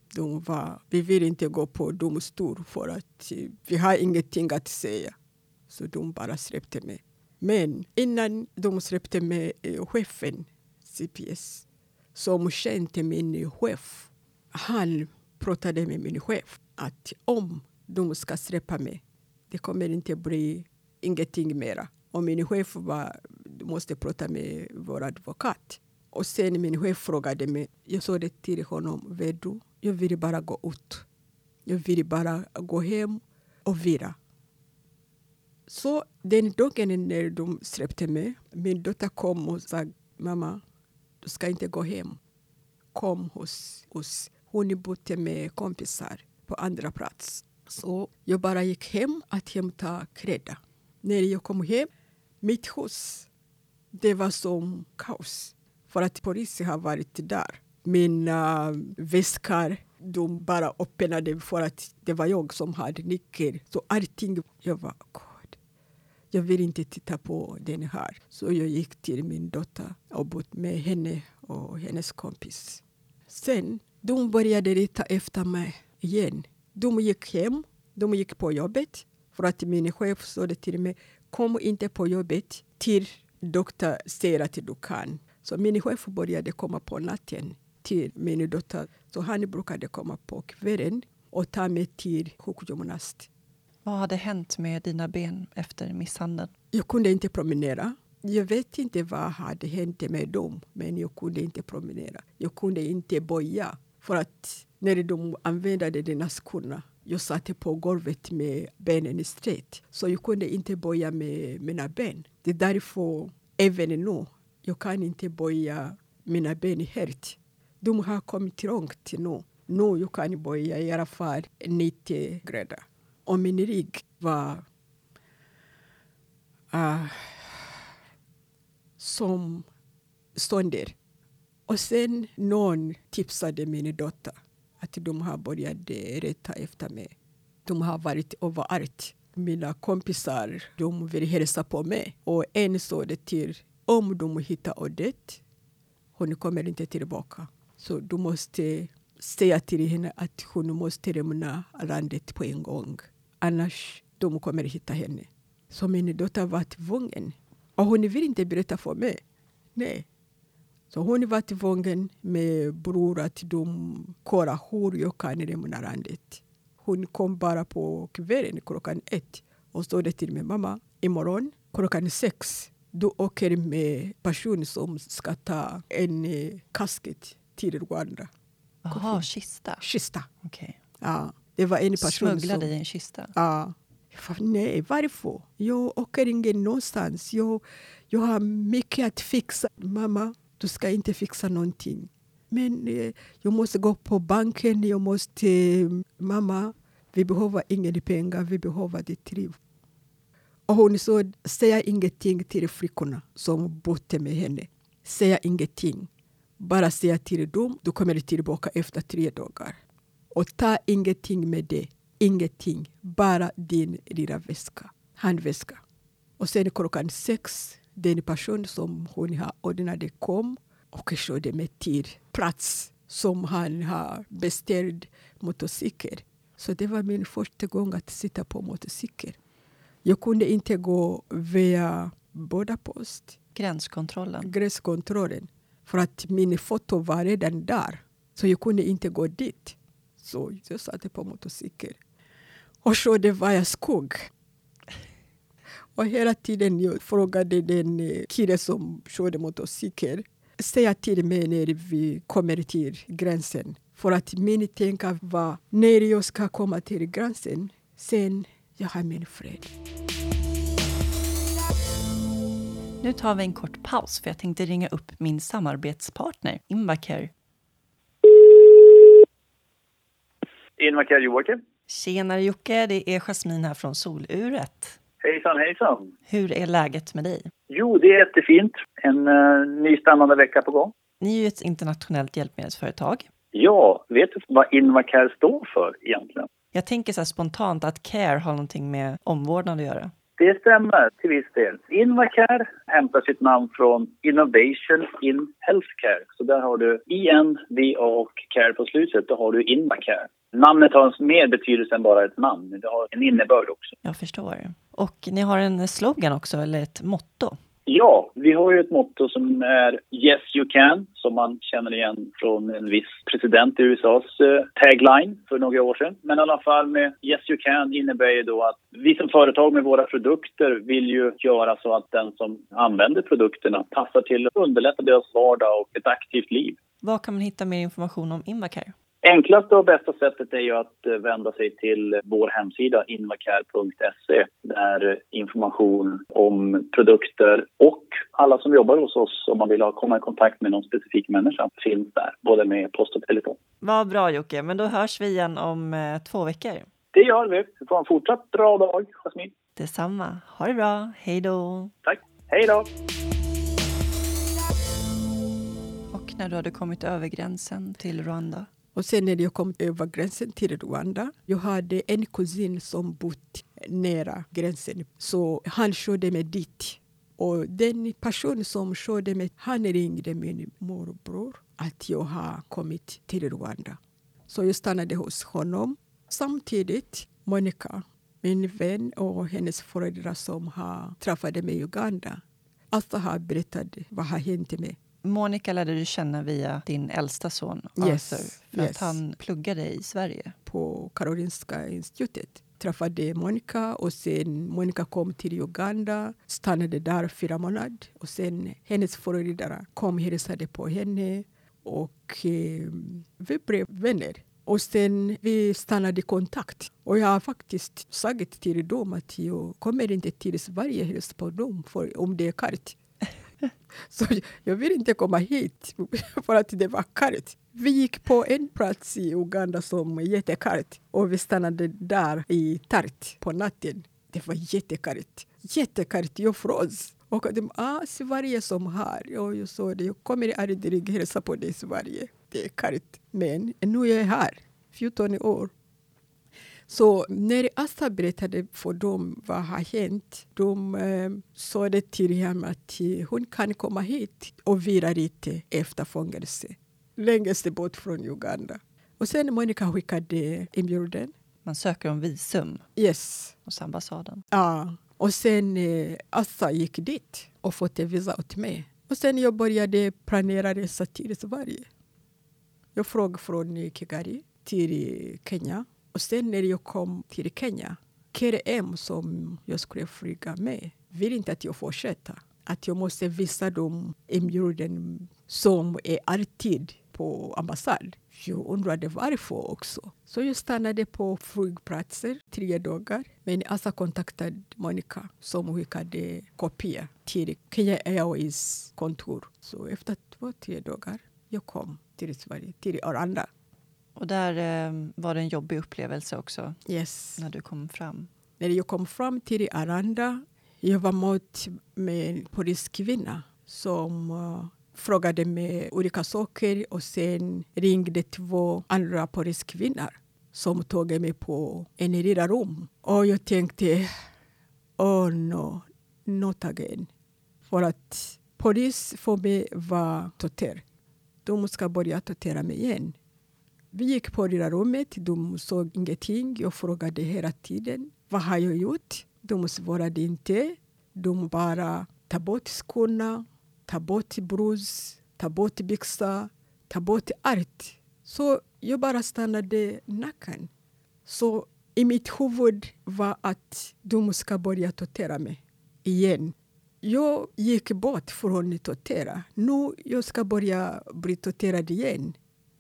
Vi vill inte gå på domstol för att vi har ingenting att säga. Så de bara släppte mig. Men innan de släppte mig, chefen, CPS, som kände min chef, han pratade med min chef att om de ska släppa mig, det kommer inte bli ingenting mera. Och min chef måste prata med vår advokat. Och sen min chef frågade mig, jag sa det till honom, vet du, jag vill bara gå ut. Jag vill bara gå hem och vila. Så den dagen när de släppte mig, min dotter kom och sa, mamma, du ska inte gå hem. Kom hos oss. Hon bodde med kompisar på andra plats. Så jag bara gick hem att hämta kläder. När jag kom hem, mitt hus, det var som kaos. För att polisen har varit där. Mina väskor, de bara öppnade för att det var jag som hade nyckel. Så allting, jag var god. Jag vill inte titta på den här. Så jag gick till min dotter och bodde med henne och hennes kompis. Sen, de började leta efter mig igen. De gick hem, de gick på jobbet. För att min chef sa det till mig, kom inte på jobbet till doktor säger att du kan. Så min chef började komma på natten till min dotter. Så han brukade komma på kvällen och ta mig till sjukgymnast. Vad hade hänt med dina ben efter misshandeln? Jag kunde inte promenera. Jag vet inte vad hade hänt med dem. Men jag kunde inte promenera. Jag kunde inte böja. För att när de använde dina skorna. Jag satt på golvet med benen straight. Så jag kunde inte böja med mina ben. Det är därför även nu. Jag kan inte böja mina ben helt. De har kommit långt nu. Nu jag kan böja i alla fall 90 grader. Och min rygg var som sönder. Och sen någon tipsade min dotter att de har börjat rätta efter mig. De har varit överallt. mina kompisar, de vill hälsa på mig. Och en sa det till, om de hittar Odette, hon kommer inte tillbaka. Så du måste säga till henne att hon måste lämna landet på en gång. Annars de kommer hitta henne. Så min dotter var tvungen. Och hon vill inte berätta för mig. Nej. Så hon var tvungen med bror att de kolla hur jag kan lämna landet. Hon kom bara på kvällen 1:00 och sa det till min mamma. Imorgon 6:00 du åker med person som ska ta en kasket till Rwanda. Jaha, kista. Okej. Ja, det var en person smugglade i en kista. Ja. Nej, varför? Jag åker ingen någonstans. Jag har mycket att fixa. Mamma, du ska inte fixa någonting. Men jag måste gå på banken. Mamma, vi behöver ingen pengar. Vi behöver ditt liv. Och hon sa, säga ingenting till flickorna som bodde med henne. Säga ingenting. Bara säga till dem, du kommer tillbaka efter 3 dagar. Och ta ingenting med det. Ingenting. Bara din lilla väska. Handväska. Och sen 6:00, den person som hon har ordnade kom och körde med till plats som han har beställt motorcykel. Så det var min första gång att sitta på motorcykel. Jag kunde inte gå via borderpost. Gränskontrollen. För att min foto var redan där. Så jag kunde inte gå dit. Så jag satt på motorcykel. Och så det var jag skog. Och hela tiden jag frågade den killen som körde motorcykel. Säga till mig när vi kommer till gränsen. För att min tänka var när jag ska komma till gränsen. Sen jag har min fred. Nu tar vi en kort paus för jag tänkte ringa upp min samarbetspartner, Invacare. Invacare Joakim. Tjenare Jocke, det är Jasmin här från Soluret. Hejsan. Hur är läget med dig? Jo, det är jättefint. En ny spännande vecka på gång. Ni är ju ett internationellt hjälpmedelsföretag. Ja, vet du vad Invacare står för egentligen? Jag tänker så här spontant att care har någonting med omvårdnad att göra. Det stämmer till viss del. Invacare hämtar sitt namn från Innovation in Healthcare. Så där har du INVA och care på slutet, då har du Invacare. Namnet har mer betydelse än bara ett namn. Det har en innebörd också. Jag förstår. Och ni har en slogan också, eller ett motto? Ja, vi har ju ett motto som är Yes you can, som man känner igen från en viss president i USAs tagline för några år sedan. Men i alla fall med Yes you can innebär ju då att vi som företag med våra produkter vill ju göra så att den som använder produkterna passar till att underlätta deras vardag och ett aktivt liv. Var kan man hitta mer information om Invacare? Enklaste och bästa sättet är ju att vända sig till vår hemsida invacare.se där information om produkter och alla som jobbar hos oss om man vill komma i kontakt med någon specifik människa finns där, både med post och telefon. Vad bra Jocke, men då hörs vi igen om 2 veckor. Det gör vi. Vi får en fortsatt bra dag, Jasmin. Detsamma. Ha det bra. Hej då. Tack. Hej då. Och när du hade kommit över gränsen till Rwanda? Och sen när jag kom över gränsen till Rwanda, jag hade en kusin som bott nära gränsen. Så han körde mig dit. Och den person som körde mig, han ringde min morbror att jag har kommit till Rwanda. Så jag stannade hos honom. Samtidigt, Monica, min vän och hennes föräldrar som har träffade mig i Uganda. Alltså har berättat vad har hänt mig. Monica lärde du känna via din äldsta son Arthur, för att han pluggade i Sverige. På Karolinska institutet träffade Monica och sen Monica kom till Uganda, stannade där 4 månader och sen hennes föräldrar kom och hälsade på henne och vi blev vänner. Och sen vi stannade i kontakt. Och jag har faktiskt sagt till dem att jag kommer inte till Sverige hälsa på dem för om det är kallt. Så jag vill inte komma hit för att det var kallt. Vi gick på en plats i Uganda som är jättekallt. Och vi stannade där i Tart på natten. Det var jättekallt. Jättekallt, jag frös. Och de Sverige som här. Och jag sa det, jag kommer aldrig hälsa på det i Sverige. Det är kallt. Men nu är jag här, 14 år. Så när Assa berättade för dem vad har hänt, de sa det till henne att hon kan komma hit och vila lite efter fångelse. Längst bort från Uganda. Och sen Monica skickade inbjudan. Man söker om visum Yes. hos ambassaden. Ja. Och sen Assa gick dit och fått en visa åt mig. Och sen jag började planera resa till Sverige. Jag frågade från Kigali till Kenya. Och sen när jag kom till Kenya, KRM som jag skulle flyga med vill inte att jag fortsätter. Att jag måste visa dem inbjudan som är alltid på ambassad. Jag undrade varför också. Så jag stannade på flygplatser 3 dagar. Men Assa kontaktade Monica som skickade kopia till Kenya Airways kontor. Så efter 2-3 dagar jag kom till Sverige, till Arlanda. Och där var det en jobbig upplevelse också. Yes. När du kom fram. När jag kom fram till Arlanda, jag var mot med en poliskvinna som frågade mig olika saker och sen ringde 2 andra poliskvinnor som tog mig på en lilla rum. Och jag tänkte, no, not again. För att polis för mig var tortyr. De ska börja tortera mig igen. Vi gick på det där rummet, de såg ingenting. Jag frågade hela tiden, vad har jag gjort? De svarade inte. De bara tar bort skorna, tar bort brus, tar bort byxor, tar bort allt. Så jag bara stannade naken. Så i mitt huvud var att de ska börja tortera mig igen. Jag gick bort från att tortera. Nu jag ska börja bli torterad igen.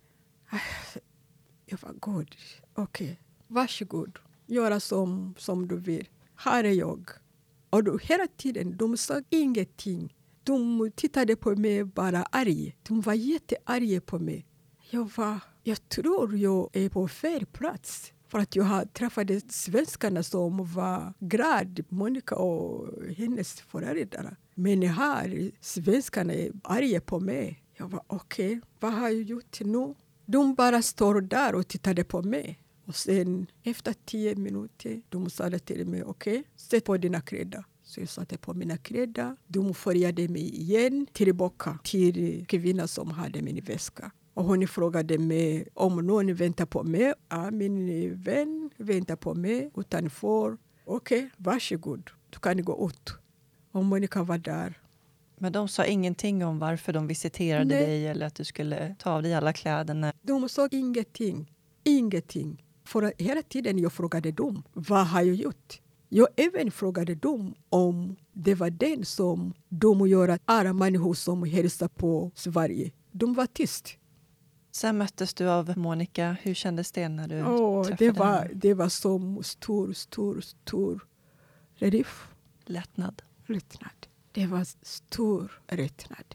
Jag var god. Okej, varsågod. Göra som du vill. Här är jag. Och då, hela tiden, de sa ingenting. De tittade på mig bara arg. De var jättearga på mig. Jag tror jag är på fel plats. För att jag har träffat svenskarna som var glad, Monica och hennes föräldrar. Men här, svenskarna är arga på mig. Jag var okej, vad har jag gjort nu? De bara står där och tittade på mig. Och sen efter 10 minuter, de sa till mig, okej, sätt på dina kläder. Så jag satte på mina kläder. De följde mig igen tillbaka till kvinnan som hade min väska. Och hon frågade mig om någon väntar på mig. Ja, min vän väntar på mig utanför. Okej, varsågod. Du kan gå ut. Och Monica var där. Men de sa ingenting om varför de visiterade dig eller att du skulle ta av dig alla kläderna? De sa ingenting. Ingenting. För hela tiden jag frågade dem, vad har jag gjort? Jag även frågade dem om det var den som de gör alla människor som hälsar på Sverige. De var tyst. Sen möttes du av Monica. Hur kändes det när du träffade henne? Det var som stor relief. Lättnad. Det var stor lättnad.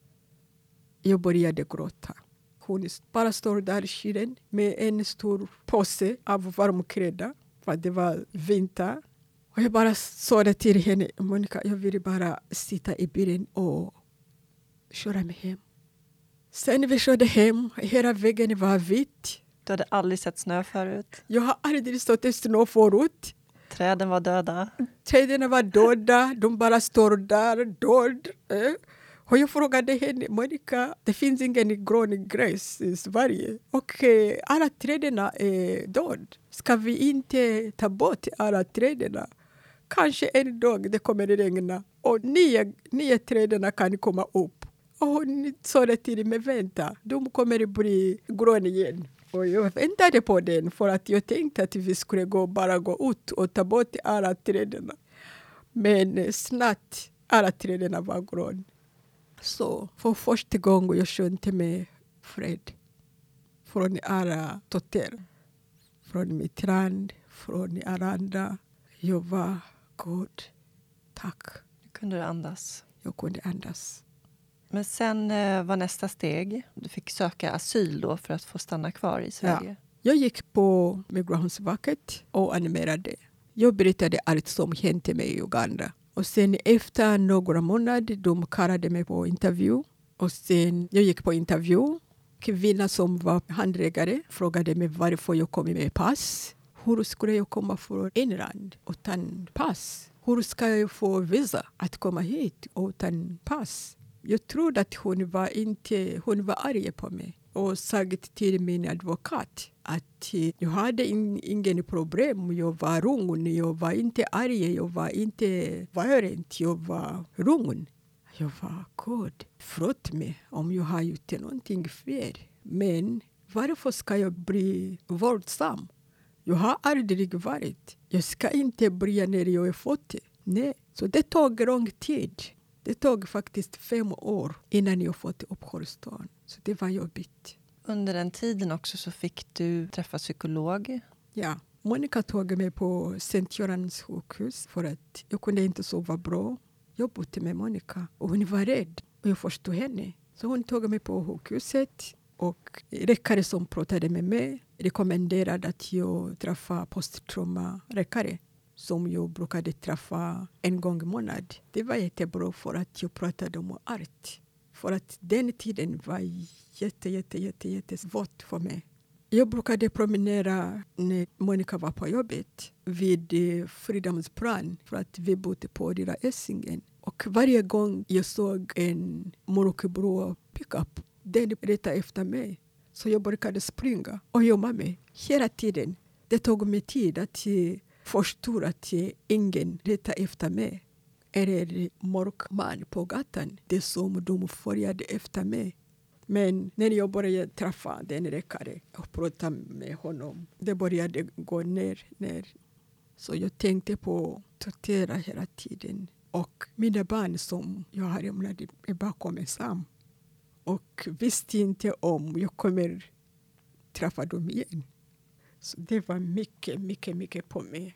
Jag började gråta. Hon bara står där i kylen med en stor påse av varmkläder. För det var vinter. Och jag bara sa det till henne. Monica, jag vill bara sitta i bilen och köra mig hem. Sen vi körde hem. Hela vägen var vit. Du hade aldrig sett snö förut? Jag har aldrig stått i snö förut. Träden var döda? Träden var döda. De bara står där död. Och jag frågade henne, Monica, det finns ingen grön gräs i Sverige. Och alla träden är döda. Ska vi inte ta bort alla träden? Kanske en dag det kommer regna. Och nya träden kan komma upp. Och hon sa det till mig, vänta, de kommer bli gröna igen. Och jag väntade på den för att jag tänkte att vi skulle bara gå ut och ta bort alla träden. Men snart alla träden var gröna. Så för första gången jag kände mig fred. Från alla tortyr. Från mitt land, från Arlanda. Jag var god. Tack. Kunde du andas? Jag kunde andas. Men sen var nästa steg. Du fick söka asyl då för att få stanna kvar i Sverige. Ja. Jag gick på Migrationsverket och animerade. Jag berättade allt som hände mig i Uganda. Och sen efter några månader de kallade mig på intervju. Och sen jag gick på intervju. Kvinnan som var handläggare frågade mig varför jag kom med pass. Hur skulle jag komma från England utan pass? Hur ska jag få visa att komma hit utan pass? Jag trodde att hon var arg på mig och sagt till min advokat att jag hade ingen problem. Jag var lugn, jag var inte arg, jag var inte violent, jag var lugn. Jag var god. Förlåt mig om jag har gjort någonting fel. Men varför ska jag bli våldsam? Jag har aldrig varit. Jag ska inte börja när jag är 40. Nej. Så det tog lång tid. Det tog faktiskt 5 år innan jag fått uppehållstillstånd. Så det var jobbigt. Under den tiden också så fick du träffa psykolog. Ja. Monica tog mig på Sankt Görans sjukhus för att jag kunde inte sova bra. Jag bodde med Monica och hon var rädd. Och jag förstod henne. Så hon tog mig på sjukhuset. Och läkare som pratade med mig rekommenderade att jag träffade posttraumaläkare som jag brukade träffa en gång i månaden. Det var jättebra för att jag pratade om allt. För att den tiden var jättesvårt för mig. Jag brukade promenera när Monica var på jobbet vid Fridhemsplan för att vi bodde på Lilla Essingen. Och varje gång jag såg en mörkblå pickup, den rättade efter mig. Så jag brukade springa och gömma mig hela tiden. Det tog mig tid att förstå att ingen rättade efter mig. Eller mörk man på gatan, det som de följde efter mig. Men när jag började träffa den läkare och prata med honom, det började gå ner. Så jag tänkte på tortera hela tiden. Och mina barn som jag har lämnat bakom mig sam. Och visste inte om jag kommer träffa dem igen. Så det var mycket på mig.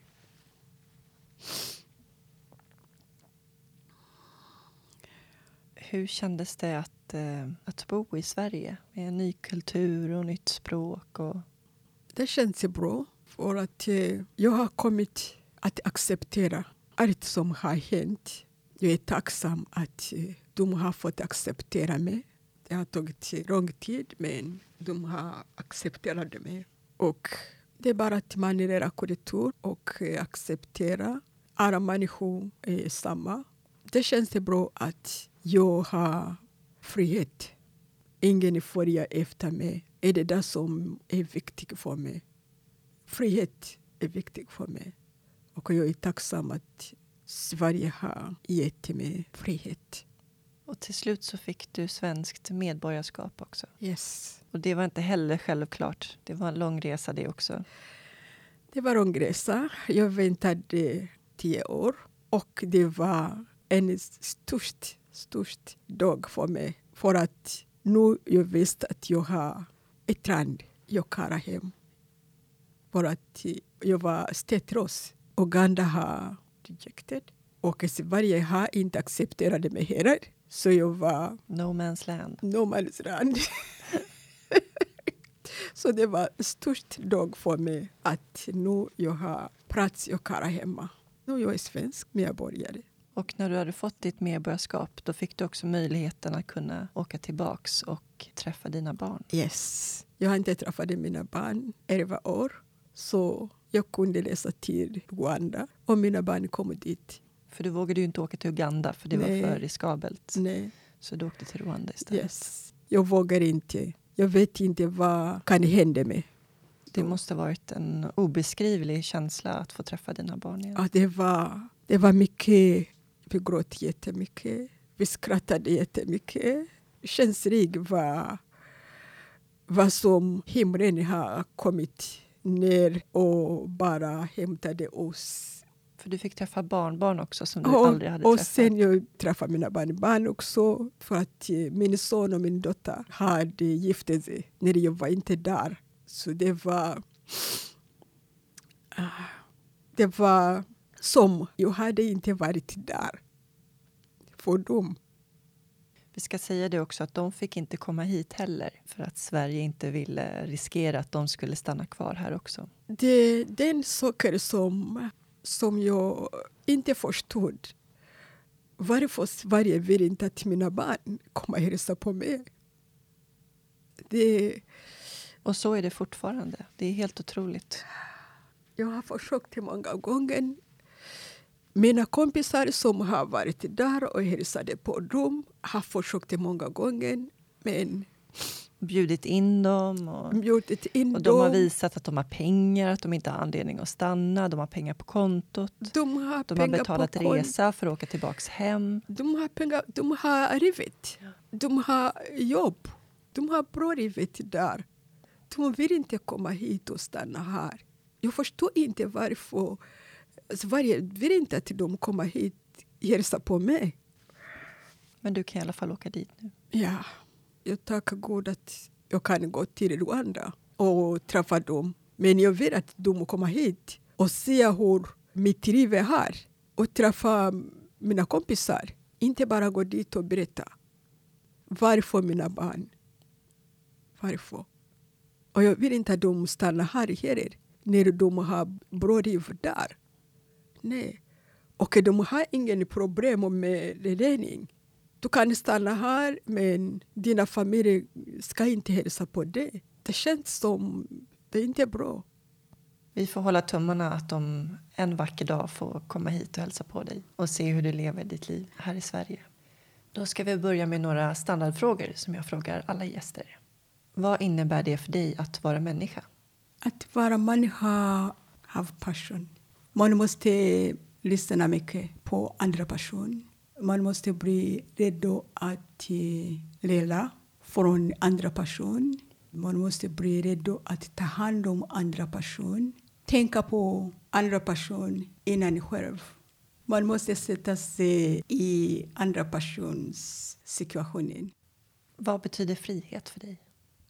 Hur kändes det att bo i Sverige med en ny kultur och nytt språk? Det känns bra för att jag har kommit att acceptera allt som har hänt. Jag är tacksam att de har fått acceptera mig. Det har tagit lång tid men de har accepterat mig. Och det är bara att manera kultur och acceptera. Alla människor är samma. Det känns bra att jag har frihet. Ingen följer efter mig. Är det där som är viktigt för mig. Frihet är viktigt för mig. Och jag är tacksam att Sverige har gett mig frihet. Och till slut så fick du svenskt medborgarskap också. Yes. Och det var inte heller självklart. Det var en lång resa det också. Det var en lång resa. Jag väntade 10 år. Och det var en störst dag för mig. För att nu jag visste att jag har ett land jag kallar hem. För att jag var statslös. Uganda har rejected. Och Sverige har inte accepterat mig heller. Så jag var... No man's land. No man's land. Så det var en störst dag för mig att nu jag har plats jag kallar hemma. Nu jag är svensk medborgare. Och när du hade fått ditt medborgarskap då fick du också möjligheten att kunna åka tillbaks och träffa dina barn. Yes. Jag har inte träffat mina barn 11 år. Så jag kunde läsa till Rwanda och mina barn kom dit. För du vågade ju inte åka till Uganda för det var för riskabelt. Nej. Så du åkte till Rwanda istället. Yes. Jag vågar inte. Jag vet inte vad kan hända mig. Det måste ha varit en obeskrivlig känsla att få träffa dina barn igen. Ja, det var mycket. Vi gråt jättemycket. Vi skrattade jättemycket. Känslig var som himlen har kommit ner och bara hämtade oss. För du fick träffa barnbarn också som du aldrig hade träffat. Och sen jag träffade mina barnbarn också. För att min son och min dotter hade gift sig när jag var inte där. Så det var som jag hade inte varit där för dem. Vi ska säga det också att de fick inte komma hit heller. För att Sverige inte ville riskera att de skulle stanna kvar här också. Det är den saker som jag inte förstod. Varför Sverige vill inte att mina barn kommer och hälsa på mig? Och så är det fortfarande. Det är helt otroligt. Jag har försökt många gånger. Mina kompisar som har varit där och hälsade på dem har försökt många gånger. Men Bjudit in dem och de har visat att de har pengar, att de inte har anledning att stanna. De har pengar på kontot. De har betalat resa för att åka tillbaks hem. De har pengar, de har livet. De har jobb. De har bra livet där. De vill inte komma hit och stanna här. Jag förstår inte varför. Sverige vill inte att de kommer hit och hälsa på mig. Men du kan i alla fall åka dit nu. Ja, jag tackar Gud att jag kan gå till Rwanda och träffa dem. Men jag vill att de kommer hit och se hur mitt liv är här. Och träffa mina kompisar. Inte bara gå dit och berätta. Varför mina barn? Varför? Och jag vill inte att de stannar här heller. När de har bra liv där. Nej. Och de har ingen problem med rening. Du kan stanna här, men dina familjer ska inte hälsa på det. Det känns som det är inte bra. Vi får hålla tummarna att de en vacker dag får komma hit och hälsa på dig. Och se hur du lever ditt liv här i Sverige. Då ska vi börja med några standardfrågor som jag frågar alla gäster. Vad innebär det för dig att vara människa? Att vara människa har passion. Man måste lyssna mycket på andra personer. Man måste bli redo att lära från andra personer. Man måste bli redo att ta hand om andra personer. Tänka på andra personer innan själv. Man måste sätta sig i andra persons situation. Vad betyder frihet för dig?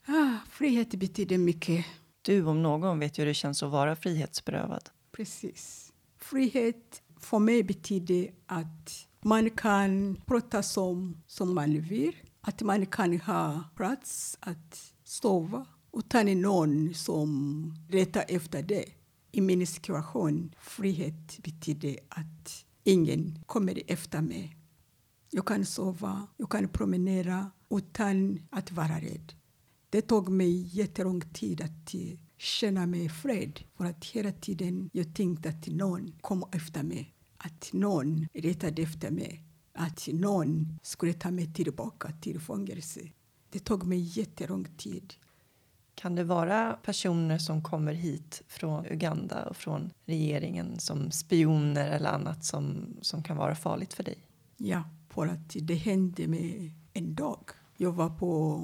Frihet betyder mycket. Du om någon vet ju hur det känns att vara frihetsberövad. Precis. Frihet för mig betyder att man kan prata som man vill. Att man kan ha plats att sova utan någon som letar efter det. I min situation, frihet betyder att ingen kommer efter mig. Jag kan sova, jag kan promenera utan att vara rädd. Det tog mig jättelång tid att känna mig fred. För att hela tiden jag tänkte att någon kom efter mig. Att någon letade efter mig. Att någon skulle ta mig tillbaka till fängelse. Det tog mig jättelång tid. Kan det vara personer som kommer hit från Uganda och från regeringen som spioner eller annat som kan vara farligt för dig? Ja, för att det hände mig en dag. Jag var på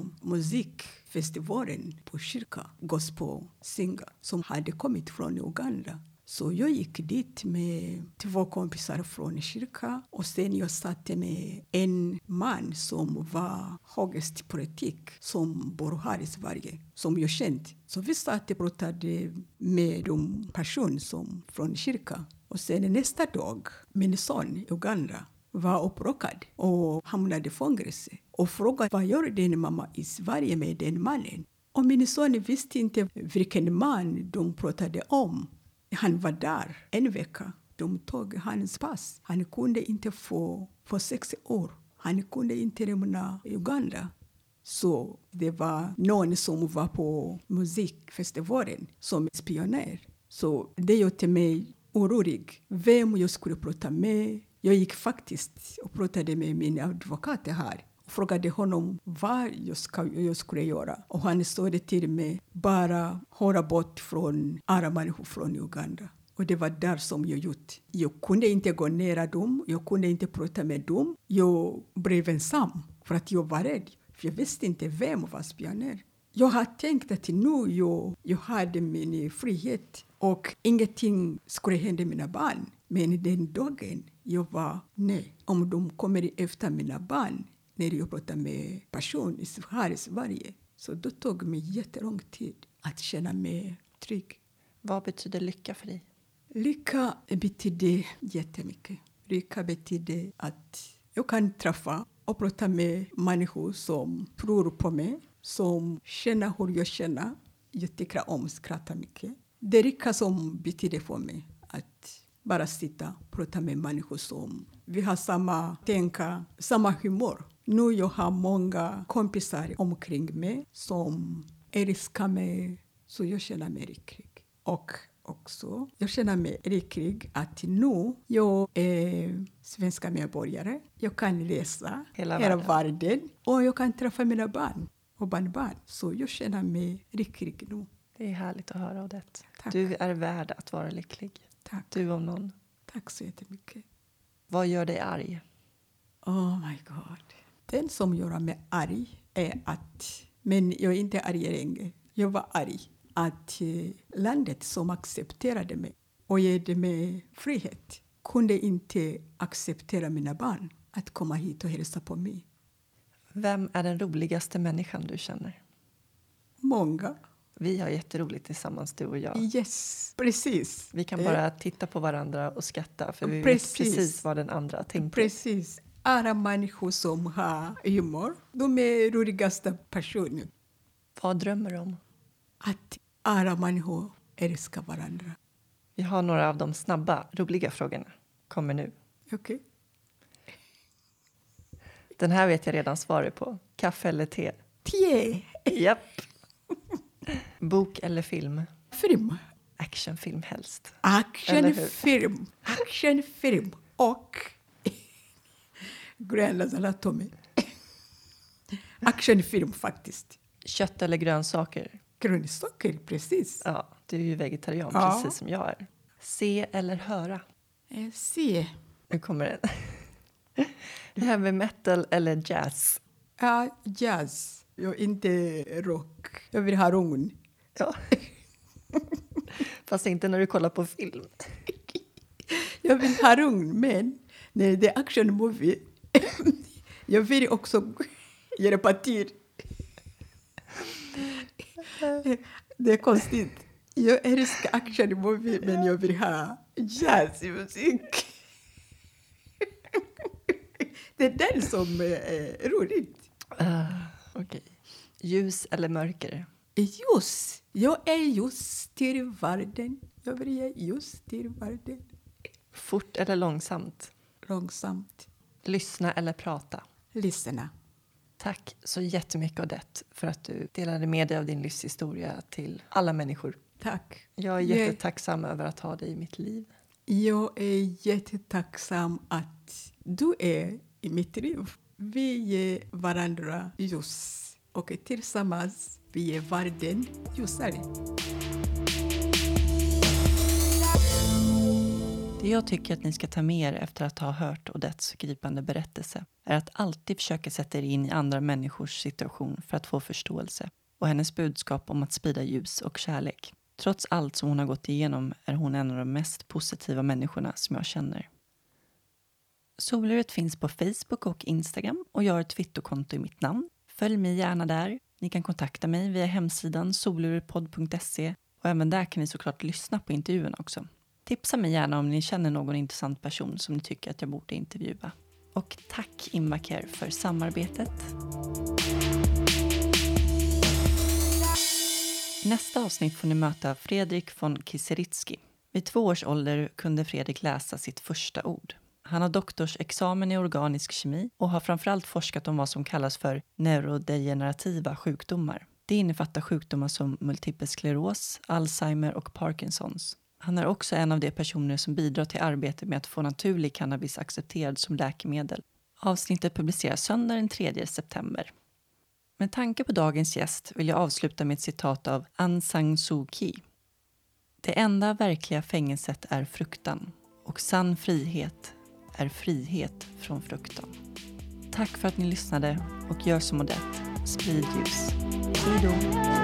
musikfestivalen på kyrka, gospel singer, som hade kommit från Uganda. Så jag gick dit med 2 kompisar från kyrka. Och sen jag satt med en man som var högst i politik, som bor här i Sverige, som jag kände. Så vi satt och pratade med de personer som från kyrka. Och sen nästa dag, min son i Uganda var upplockad och hamnade i fängelse. Och frågade, vad gör din mamma i Sverige med den mannen? Och min son visste inte vilken man de pratade om. Han var där en vecka. De tog hans pass. Han kunde inte få 6 år. Han kunde inte lämna Uganda. Så det var någon som var på musikfestivalen som spioner. Så det gjorde mig orolig. Vem jag skulle prata med. Jag gick faktiskt och pratade med min advokat här. Och frågade honom vad jag skulle göra. Och han sa det till mig. Bara hålla bort från alla människor från Uganda. Och det var där som jag gjort. Jag kunde inte gå nära dem. Jag kunde inte prata med dem. Jag blev ensam. För att jag var rädd. För jag visste inte vem var spioner. Jag har tänkt att nu jag hade min frihet. Och ingenting skulle hända mina barn. Men den dagen jag var nej. Om de kommer efter mina barn. När jag pratar med personer här i Sverige. Så då tog mig jättelång tid att känna mig trygg. Vad betyder lycka för dig? Lycka betyder jättemycket. Lycka betyder att jag kan träffa och prata med människor som tror på mig. Som känner hur jag känner. Jag tycker om att skratta mycket. Det är lycka som betyder för mig att bara sitta och prata med människor som vi har samma tänka, samma humor. Nu jag har många kompisar omkring mig som älskar mig, så jag känner mig lycklig. Och också. Jag känner mig lycklig att nu jag är svenska medborgare. Jag kan läsa hela världen. Och jag kan träffa mina barn och barnbarn. Så jag känner mig lycklig nu. Det är härligt att höra, Odette. Tack. Du är värd att vara lycklig. Tack. Du om någon. Tack så jättemycket. Vad gör dig arg? Oh my God. Den som gör mig arg är att... Men jag är inte arg längre. Jag var arg att landet som accepterade mig och ger mig frihet kunde inte acceptera mina barn att komma hit och hälsa på mig. Vem är den roligaste människan du känner? Många. Vi har jätteroligt tillsammans, du och jag. Yes, precis. Vi kan bara titta på varandra och skratta, för vi vet precis vad den andra tänker. Precis. Alla människor som har humor, de är roligaste personer. Vad drömmer du om? Att alla människor älskar varandra. Vi har några av de snabba, roliga frågorna. Kommer nu. Okej. Den här vet jag redan svaret på. Kaffe eller te? Te. Japp. Bok eller film? Film. Actionfilm helst. Actionfilm. Actionfilm. Och Grönlands anatomy. Actionfilm faktiskt. Kött eller grönsaker? Grönsaker, precis. Ja, du är ju vegetarian, precis som jag är. Se eller höra? Se. Nu kommer den. Heavy metal eller jazz? Ja, jazz. Jag är inte rock. Jag vill ha rugn. Ja. Fast inte när du kollar på film. Jag vill ha rugn, men när det är action movie jag vill också hjälpa till. Det är konstigt. Jag älskar action movie, men jag vill ha jazzmusik. Det är den som är roligt. Okej. Ljus eller mörker? Ljus. Jag är ljus till världen. Jag vill ge ljus till världen. Fort eller långsamt? Långsamt. Lyssna eller prata? Lyssna. Tack så jättemycket, Odette, för att du delade med dig av din livshistoria till alla människor. Tack. Jag är jättetacksam över att ha dig i mitt liv. Jag är jättetacksam att du är i mitt liv. Vi ger varandra ljus. Och tillsammans vi ger världen ljusare. Det jag tycker att ni ska ta med er efter att ha hört Odettes gripande berättelse är att alltid försöka sätta er in i andra människors situation för att få förståelse. Och hennes budskap om att sprida ljus och kärlek. Trots allt som hon har gått igenom är hon en av de mest positiva människorna som jag känner. Soluret finns på Facebook och Instagram och jag har ett Twitterkonto i mitt namn. Följ mig gärna där. Ni kan kontakta mig via hemsidan solurepod.se och även där kan ni såklart lyssna på intervjun också. Tipsa mig gärna om ni känner någon intressant person som ni tycker att jag borde intervjua. Och tack Invacare för samarbetet. I nästa avsnitt får ni möta Fredrik von Kieseritzky. Vid 2 års ålder kunde Fredrik läsa sitt första ord. Han har doktorsexamen i organisk kemi och har framförallt forskat om vad som kallas för neurodegenerativa sjukdomar. Det innefattar sjukdomar som multipel skleros, Alzheimer och Parkinsons. Han är också en av de personer som bidrar till arbetet med att få naturlig cannabis accepterad som läkemedel. Avsnittet publiceras söndag den 3 september. Med tanke på dagens gäst vill jag avsluta med ett citat av Aung San Suu Kyi. Det enda verkliga fängelset är fruktan och sann frihet är frihet från fruktan. Tack för att ni lyssnade och gör som Odette. Sprid ljus. Hej då!